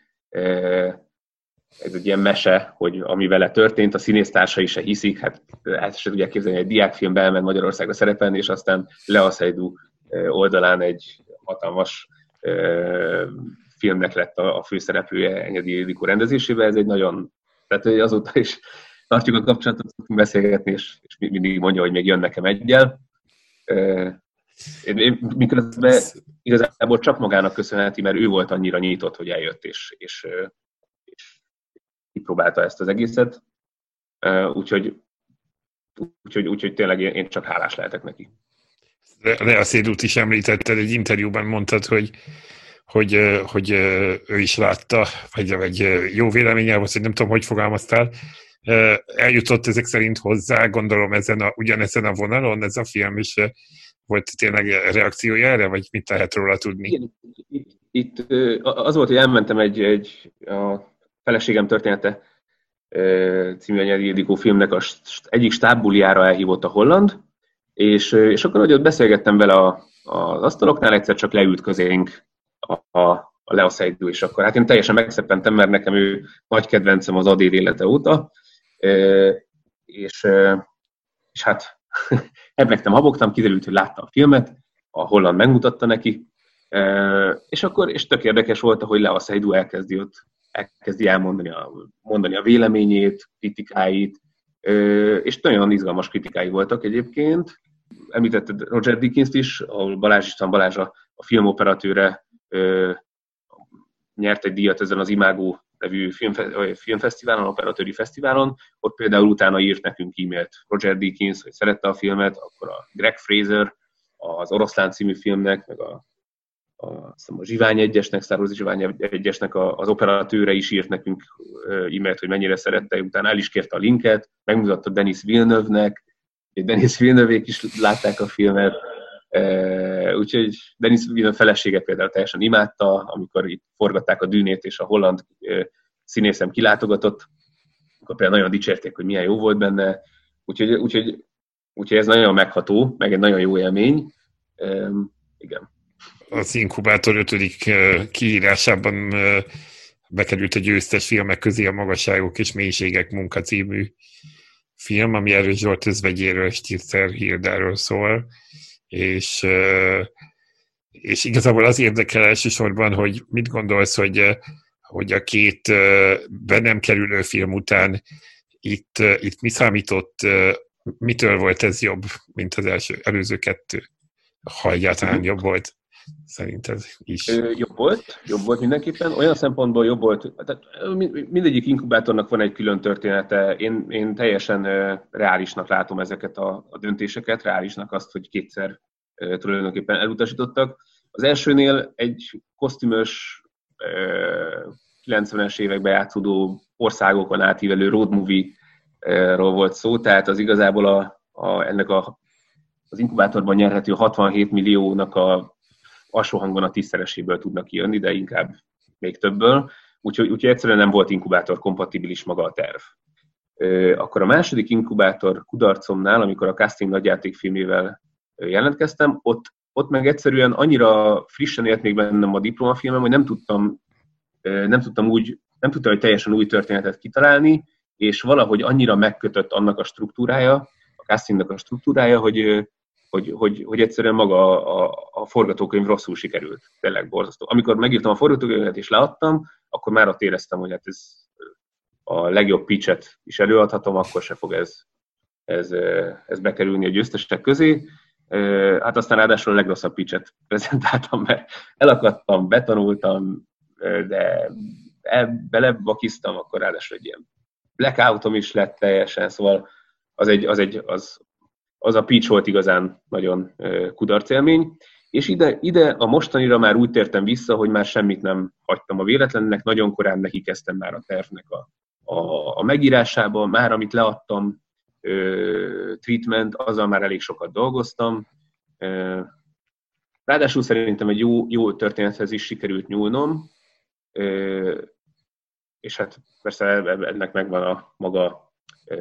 [SPEAKER 2] ilyen mese, hogy ami vele történt, a színésztársai se hiszik, hát se tudják képzelni, hogy egy diákfilmbe elment Magyarországra szerepelni, és aztán Lea Seydoux oldalán egy hatalmas filmnek lett a főszereplője Enyedi Ildikó rendezésében. Ez egy nagyon, tehát azóta is tartjuk a kapcsolatot, szoktunk beszélgetni, és mindig mondja, hogy még jön nekem egyel. Miközben igazából csak magának köszönheti, mert ő volt annyira nyitott, hogy eljött, és kipróbálta ezt az egészet. Úgyhogy tényleg én csak hálás lehetek neki.
[SPEAKER 1] Lea Seydoux is említetted, egy interjúban mondtad, hogy ő is látta, vagy jó véleménye volt, hogy nem tudom, hogy fogalmaztál. Eljutott ezek szerint hozzá, gondolom ugyanezen a vonalon ez a film, és volt tényleg reakciója erre, vagy mit lehet róla tudni?
[SPEAKER 2] Igen, itt az volt, hogy elmentem a Feleségem története című Enyedi Ildikó filmnek egyik stábbuliára elhívott a holland, és akkor, hogy ott beszélgettem vele az asztaloknál, egyszer csak leült közénk a Lea Seydoux, és akkor hát én teljesen megszeppentem, mert nekem ő nagy kedvencem az Adél élete óta, és hát hebegtem, habogtam, kiderült, hogy látta a filmet, a holland megmutatta neki, és tök érdekes volt, hogy Lea Seydoux elkezdi mondani a véleményét, kritikáit, és nagyon izgalmas kritikái voltak egyébként. Említetted Roger Deakins-t is, ahol Balázs István Balázs a filmoperatőre nyert egy díjat ezen az Imago nevű filmfesztiválon, operatőri fesztiválon. Ott például utána írt nekünk e-mailt Roger Deakins, hogy szerette a filmet, akkor a Greg Fraser, az Oroszlán című filmnek, meg a Zsivány 1-esnek, Star Wars Zsivány 1-esnek az operatőre is írt nekünk e-mailt, hogy mennyire szerette, utána el is kérte a linket, megmutatta Denis Villeneuve-nek, Denis Villeneuve-ék is látták a filmet, úgyhogy Denis Villeneuve felesége például teljesen imádta, amikor itt forgatták a Dűnét, és a holland színészem kilátogatott, akkor például nagyon dicsérték, hogy milyen jó volt benne, úgyhogy ez nagyon megható, meg egy nagyon jó élmény. Igen.
[SPEAKER 1] Az Inkubátor 5. kiírásában bekerült a győztes filmek közé a Magasságok és Mélységek munka című film, ami Erős Zsolt özvegyéről, Stirzer Hildáról szól, és igazából az érdekel elsősorban, hogy mit gondolsz, hogy a két be nem kerülő film után itt mi számított, mitől volt ez jobb, mint az előző kettő? Ha egyáltalán jobb volt, szerinted is.
[SPEAKER 2] Jobb volt mindenképpen. Olyan szempontból jobb volt, tehát mindegyik inkubátornak van egy külön története. Én teljesen reálisnak látom ezeket a döntéseket, reálisnak azt, hogy kétszer tulajdonképpen elutasítottak. Az elsőnél egy kosztümös 90-es években játszódó országokon átívelő road movie-ról volt szó, tehát az igazából ennek az inkubátorban nyerhető 67 milliónak a alsó hangon a 10-szereséből tudnak kijönni, de inkább még többből. Úgyhogy egyszerűen nem volt inkubátor kompatibilis maga a terv. Akkor a második inkubátor kudarcomnál, amikor a Casting nagyjátékfilmével jelentkeztem, ott meg egyszerűen annyira frissen élt még bennem a diplomafilmem, hogy nem tudtam, hogy teljesen új történetet kitalálni, és valahogy annyira megkötött annak a struktúrája, a castingnak a struktúrája, hogy egyszerűen maga a forgatókönyv rosszul sikerült. Tényleg borzasztó. Amikor megírtam a forgatókönyvet és leadtam, akkor már ott éreztem, hogy hát ez a legjobb pitchet is előadhatom, akkor se fog ez bekerülni a győztesek közé. Hát aztán ráadásul a legrosszabb pitchet prezentáltam, mert elakadtam, betanultam, de belebakiztam, akkor ráadásul egy ilyen blackoutom is lett teljesen, szóval az a pitch volt igazán nagyon kudarcélmény, és ide a mostanira már úgy tértem vissza, hogy már semmit nem hagytam a véletlennek, nagyon korán neki kezdtem már a tervnek a megírásába, már amit leadtam, treatment, azzal már elég sokat dolgoztam. Ráadásul szerintem egy jó történethez is sikerült nyúlnom, és hát persze ennek megvan a maga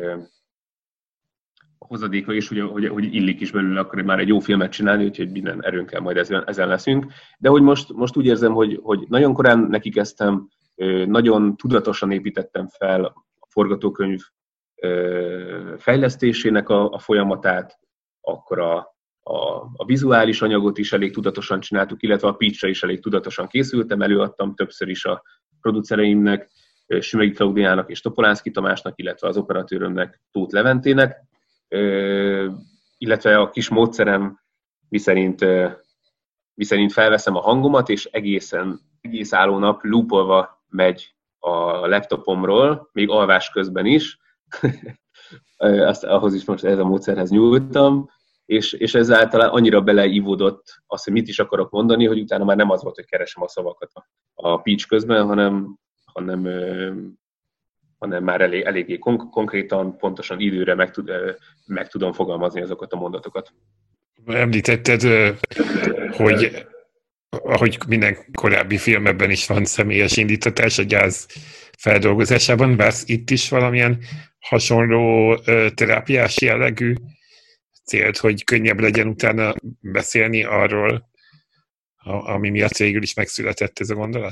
[SPEAKER 2] a hozadéka is, hogy illik is belőle akkor már egy jó filmet csinálni, úgyhogy minden erőnkkel majd ezen leszünk. De hogy most úgy érzem, hogy nagyon korán neki kezdtem, nagyon tudatosan építettem fel a forgatókönyv fejlesztésének a folyamatát, akkor a vizuális anyagot is elég tudatosan csináltuk, illetve a pitchre is elég tudatosan készültem, előadtam többször is a producereimnek, Sümegi Klaudiának és Topolánszky Tamásnak, illetve az operatőrömnek, Tóth Leventének, illetve a kis módszerem, miszerint felveszem a hangomat, és egész álló nap loopolva megy a laptopomról, még alvás közben is. Ahhoz is most ez a módszerhez nyúltam, és ezáltal annyira beleívódott az, hogy mit is akarok mondani, hogy utána már nem az volt, hogy keresem a szavakat a pitch közben, hanem már eléggé konkrétan, pontosan időre meg tudom fogalmazni azokat a mondatokat.
[SPEAKER 1] Említetted, hogy ahogy minden korábbi filmben is van személyes indítatás a gyász feldolgozásában, vársz itt is valamilyen hasonló terápiás jellegű célt, hogy könnyebb legyen utána beszélni arról, ami miatt végül is megszületett ez a gondolat?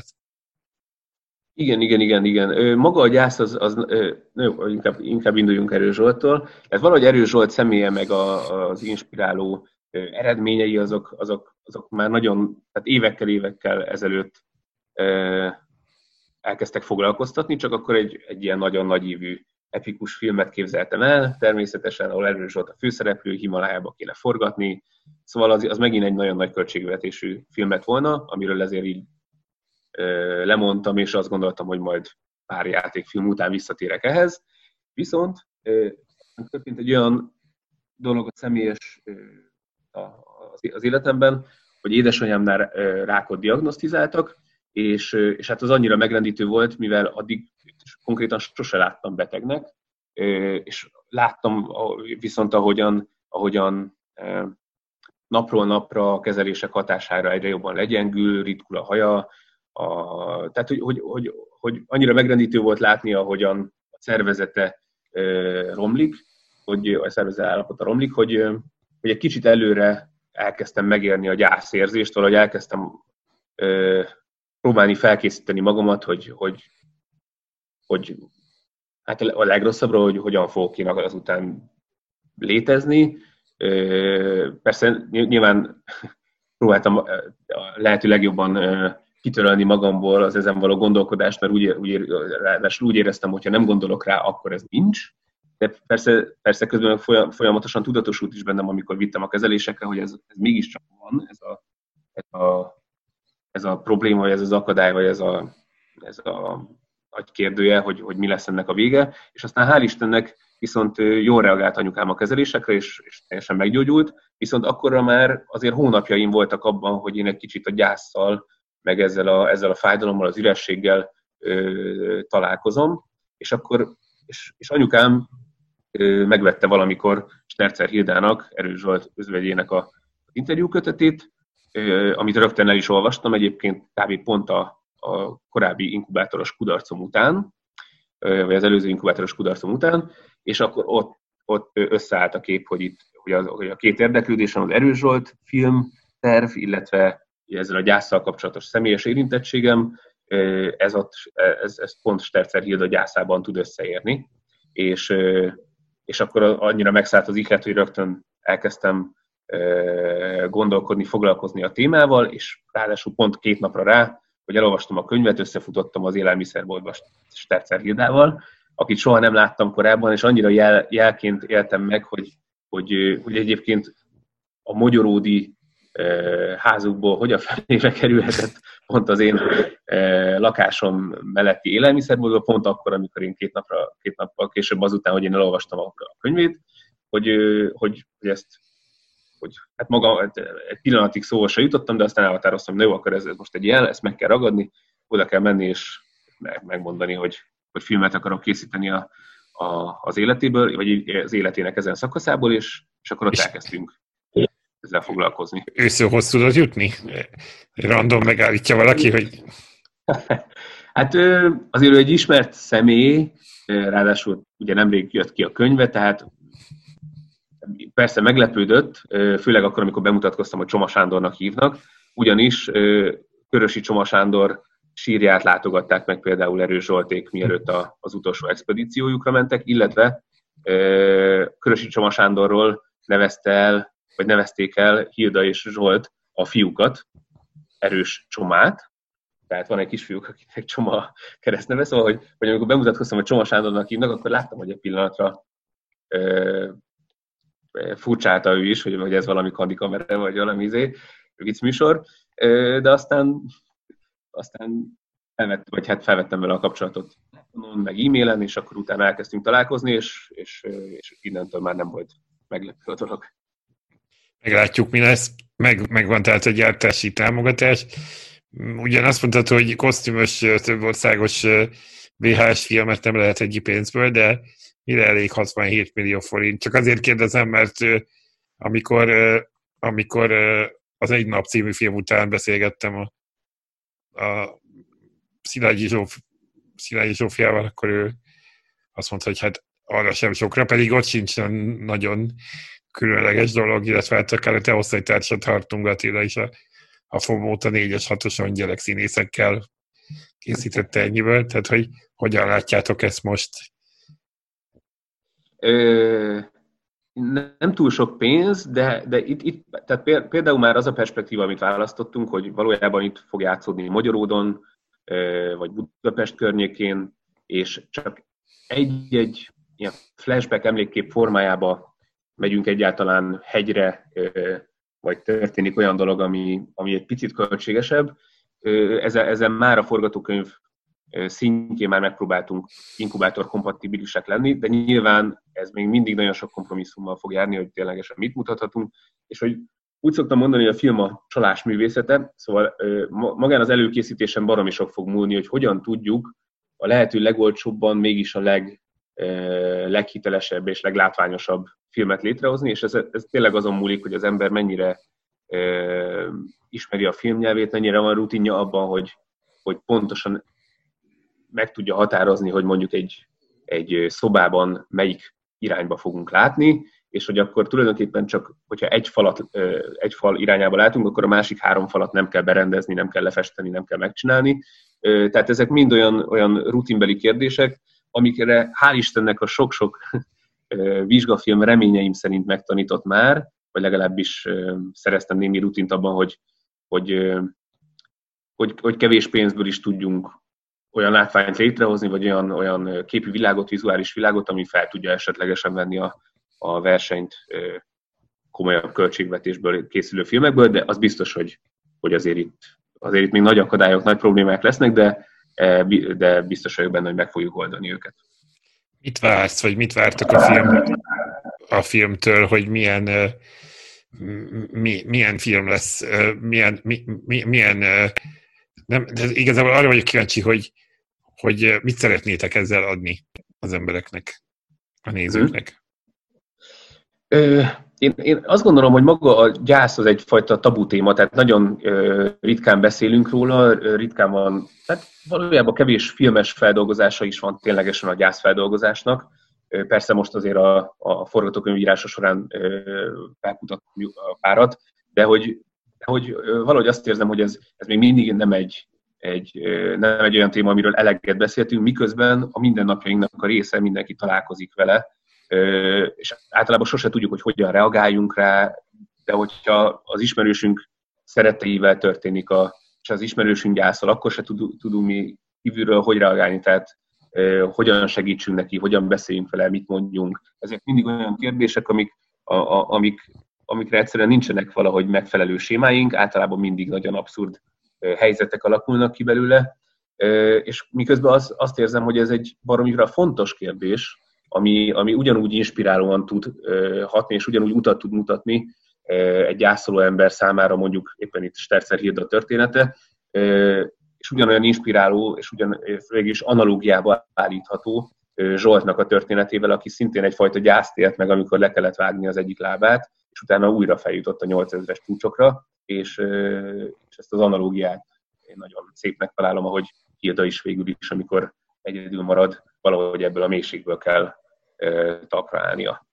[SPEAKER 2] Igen. Maga a gyász inkább induljunk Erős Zsolttól. Ez valahogy Erős Zsolt személye meg az inspiráló eredményei azok már nagyon, tehát évekkel ezelőtt elkezdtek foglalkoztatni, csak akkor egy ilyen nagyon nagyívű epikus filmet képzeltem el, természetesen, ahol Erős Zsolt a főszereplő, Himalájába kéne forgatni, szóval az megint egy nagyon nagy költségvetésű film lett volna, amiről ezért így lemondtam, és azt gondoltam, hogy majd pár játékfilm után visszatérek ehhez. Viszont történt egy olyan dolog a személyes az életemben, hogy édesanyámnál rákot diagnosztizáltak, és hát az annyira megrendítő volt, mivel addig konkrétan sose láttam betegnek, és láttam viszont, ahogyan napról napra a kezelések hatására egyre jobban legyengül, ritkul a haja, tehát, hogy annyira megrendítő volt látni, ahogyan a szervezete romlik, hogy a szervezet állapota romlik, hogy egy kicsit előre elkezdtem megérni a gyászérzést, valahogy elkezdtem próbálni felkészíteni magamat, hogy hát a legrosszabbra, hogy hogyan fogok én azután létezni. Persze nyilván próbáltam lehető legjobban kitörölni magamból az ezen való gondolkodást, mert úgy éreztem, hogyha nem gondolok rá, akkor ez nincs. De persze közben folyamatosan tudatosult is bennem, amikor vittem a kezelésekre, hogy ez mégiscsak van, ez a probléma, vagy ez az akadály, vagy ez a nagy kérdője, hogy mi lesz ennek a vége. És aztán hál' Istennek viszont jól reagált anyukám a kezelésekre, és teljesen meggyógyult. Viszont akkorra már azért hónapjaim voltak abban, hogy én egy kicsit a gyásszal, meg ezzel a fájdalommal, az ürességgel találkozom. És anyukám megvette valamikor Sterzer Hildának, Erős Zsolt özvegyének az interjúkötetét, amit rögtön el is olvastam, egyébként kb. Pont a korábbi inkubátoros kudarcom után, vagy az előző inkubátoros kudarcom után, és akkor ott összeállt a kép, hogy a két érdeklődésem az Erős Zsolt filmterv, illetve ezzel a gyásszal kapcsolatos személyes érintettségem, ez pont Sterzer Hilda gyászában tud összeérni, és akkor annyira megszállt az ihlet, hogy rögtön elkezdtem gondolkodni, foglalkozni a témával, és ráadásul pont 2 napra rá, hogy elolvastam a könyvet, összefutottam az élelmiszerboltba Sterzer Hildával, akit soha nem láttam korábban, és annyira jelként éltem meg, hogy egyébként a mogyoródi házukból hogy a felébe kerülhetett pont az én lakásom melletti élelmiszerboltba, pont akkor, amikor én 2 nappal később azután, hogy én elolvastam a könyvét, hogy hát maga egy pillanatig szóval se jutottam, de aztán elhatároztam, hogy jó, akkor ez most egy jel, ezt meg kell ragadni, oda kell menni és megmondani, hogy filmet akarok készíteni az életéből, vagy az életének ezen szakaszából, és akkor ott elkezdtünk ezzel foglalkozni.
[SPEAKER 1] Őszőhoz tudod jutni? Random megállítja valaki, hogy...
[SPEAKER 2] Hát azért ő egy ismert személy, ráadásul ugye nemrég jött ki a könyve, tehát persze meglepődött, főleg akkor, amikor bemutatkoztam, hogy Csoma Sándornak hívnak, ugyanis Körösi Csoma Sándor sírját látogatták meg például Erős Zsolték, mielőtt az utolsó expedíciójukra mentek, illetve Körösi Csoma Sándorról nevezték el Hilda és Zsolt a fiúkat, Erős Csomát, tehát van egy kisfiúk, akinek Csoma keresztneve, szóval, hogy amikor bemutatkoztam, hogy Csoma Sándornak hívnak, akkor láttam, hogy egy pillanatra furcsálta ő is, hogy ez valami kandikamera, vagy valami viccműsor, de aztán felvettem vele a kapcsolatot meg e-mailen, és akkor utána elkezdtünk találkozni, és innentől már nem volt meglepő a dolog.
[SPEAKER 1] Meglátjuk, mi lesz. Megvan tehát a gyártási támogatás. Ugyan azt mondtad, hogy kosztümös, több országos VHS filmet nem lehet egy pénzből, de mire elég 67 millió forint? Csak azért kérdezem, mert amikor az Egy nap című film után beszélgettem a Szilágyi Zsófiával, akkor ő azt mondta, hogy hát arra sem sokra, pedig ott sincs nagyon különleges dolog, illetve hát akár a te osztálytársad Hartung Attila is a FOMO-t a 4-es 6-os gyerek színészekkel készítette ennyiből, tehát hogy hogyan látjátok ezt most?
[SPEAKER 2] Nem túl sok pénz, de itt tehát például már az a perspektíva, amit választottunk, hogy valójában itt fog játszódni Magyaródon, vagy Budapest környékén, és csak egy ilyen flashback emlékkép formájába megyünk egyáltalán hegyre, vagy történik olyan dolog, ami egy picit költségesebb. Ezen már a forgatókönyv szintjén már megpróbáltunk inkubátor kompatibilisek lenni, de nyilván ez még mindig nagyon sok kompromisszummal fog járni, hogy ténylegesen mit mutathatunk, és hogy úgy szoktam mondani, hogy a film a csalás művészete, szóval magán az előkészítésen baromi sok fog múlni, hogy hogyan tudjuk a lehető legolcsóbban mégis a leghitelesebb és leglátványosabb filmet létrehozni, és ez tényleg azon múlik, hogy az ember mennyire ismeri a filmnyelvét, mennyire van rutinja abban, hogy pontosan meg tudja határozni, hogy mondjuk egy szobában melyik irányba fogunk látni, és hogy akkor tulajdonképpen csak, hogyha egy fal irányába látunk, akkor a másik 3 falat nem kell berendezni, nem kell lefesteni, nem kell megcsinálni. Tehát ezek mind olyan rutinbeli kérdések, amikre hál' Istennek a sok-sok vizsgafilm reményeim szerint megtanított már, vagy legalábbis szereztem némi rutint abban, hogy kevés pénzből is tudjunk olyan látványt létrehozni, vagy olyan képi világot, vizuális világot, ami fel tudja esetlegesen venni a versenyt komolyabb költségvetésből készülő filmekből, de az biztos, hogy azért itt még nagy akadályok, nagy problémák lesznek, de biztos vagyok benne, hogy meg fogjuk oldani őket.
[SPEAKER 1] Mit vársz, vagy mit vártak a filmtől, hogy milyen film lesz, milyen nem, de igazából arra vagyok kíváncsi, hogy mit szeretnétek ezzel adni az embereknek, a nézőknek?
[SPEAKER 2] Én azt gondolom, hogy maga a gyász az egyfajta tabu téma, tehát nagyon ritkán beszélünk róla, ritkán van, tehát valójában kevés filmes feldolgozása is van ténylegesen a gyászfeldolgozásnak. Persze most azért a forgatókönyvírása során felkutattam a párat, de hogy valahogy azt érzem, hogy ez még mindig nem egy olyan téma, amiről eleget beszéltünk, miközben a mindennapjainknak a része, mindenki találkozik vele, és általában sose tudjuk, hogy hogyan reagáljunk rá, de hogyha az ismerősünk szeretteivel történik, és az ismerősünk gyászol, akkor se tudunk mi kívülről hogy reagálni, tehát hogyan segítsünk neki, hogyan beszéljünk vele, mit mondjunk. Ezek mindig olyan kérdések, amikre egyszerűen nincsenek valahogy megfelelő sémáink, általában mindig nagyon abszurd helyzetek alakulnak ki belőle, és miközben azt érzem, hogy ez egy baromira fontos kérdés, ami ugyanúgy inspirálóan tud hatni, és ugyanúgy utat tud mutatni egy gyászoló ember számára, mondjuk éppen itt Sterzer Hilda története, és ugyanolyan inspiráló, és végülis analógiába állítható Zsoltnak a történetével, aki szintén egyfajta gyászt élt meg, amikor le kellett vágni az egyik lábát, és utána újra feljutott a 8000-es csúcsokra, és ezt az analógiát én nagyon szépnek találom, ahogy Hilda is végül is, amikor egyedül marad, valahogy ebből a mélységből kell talpra állnia.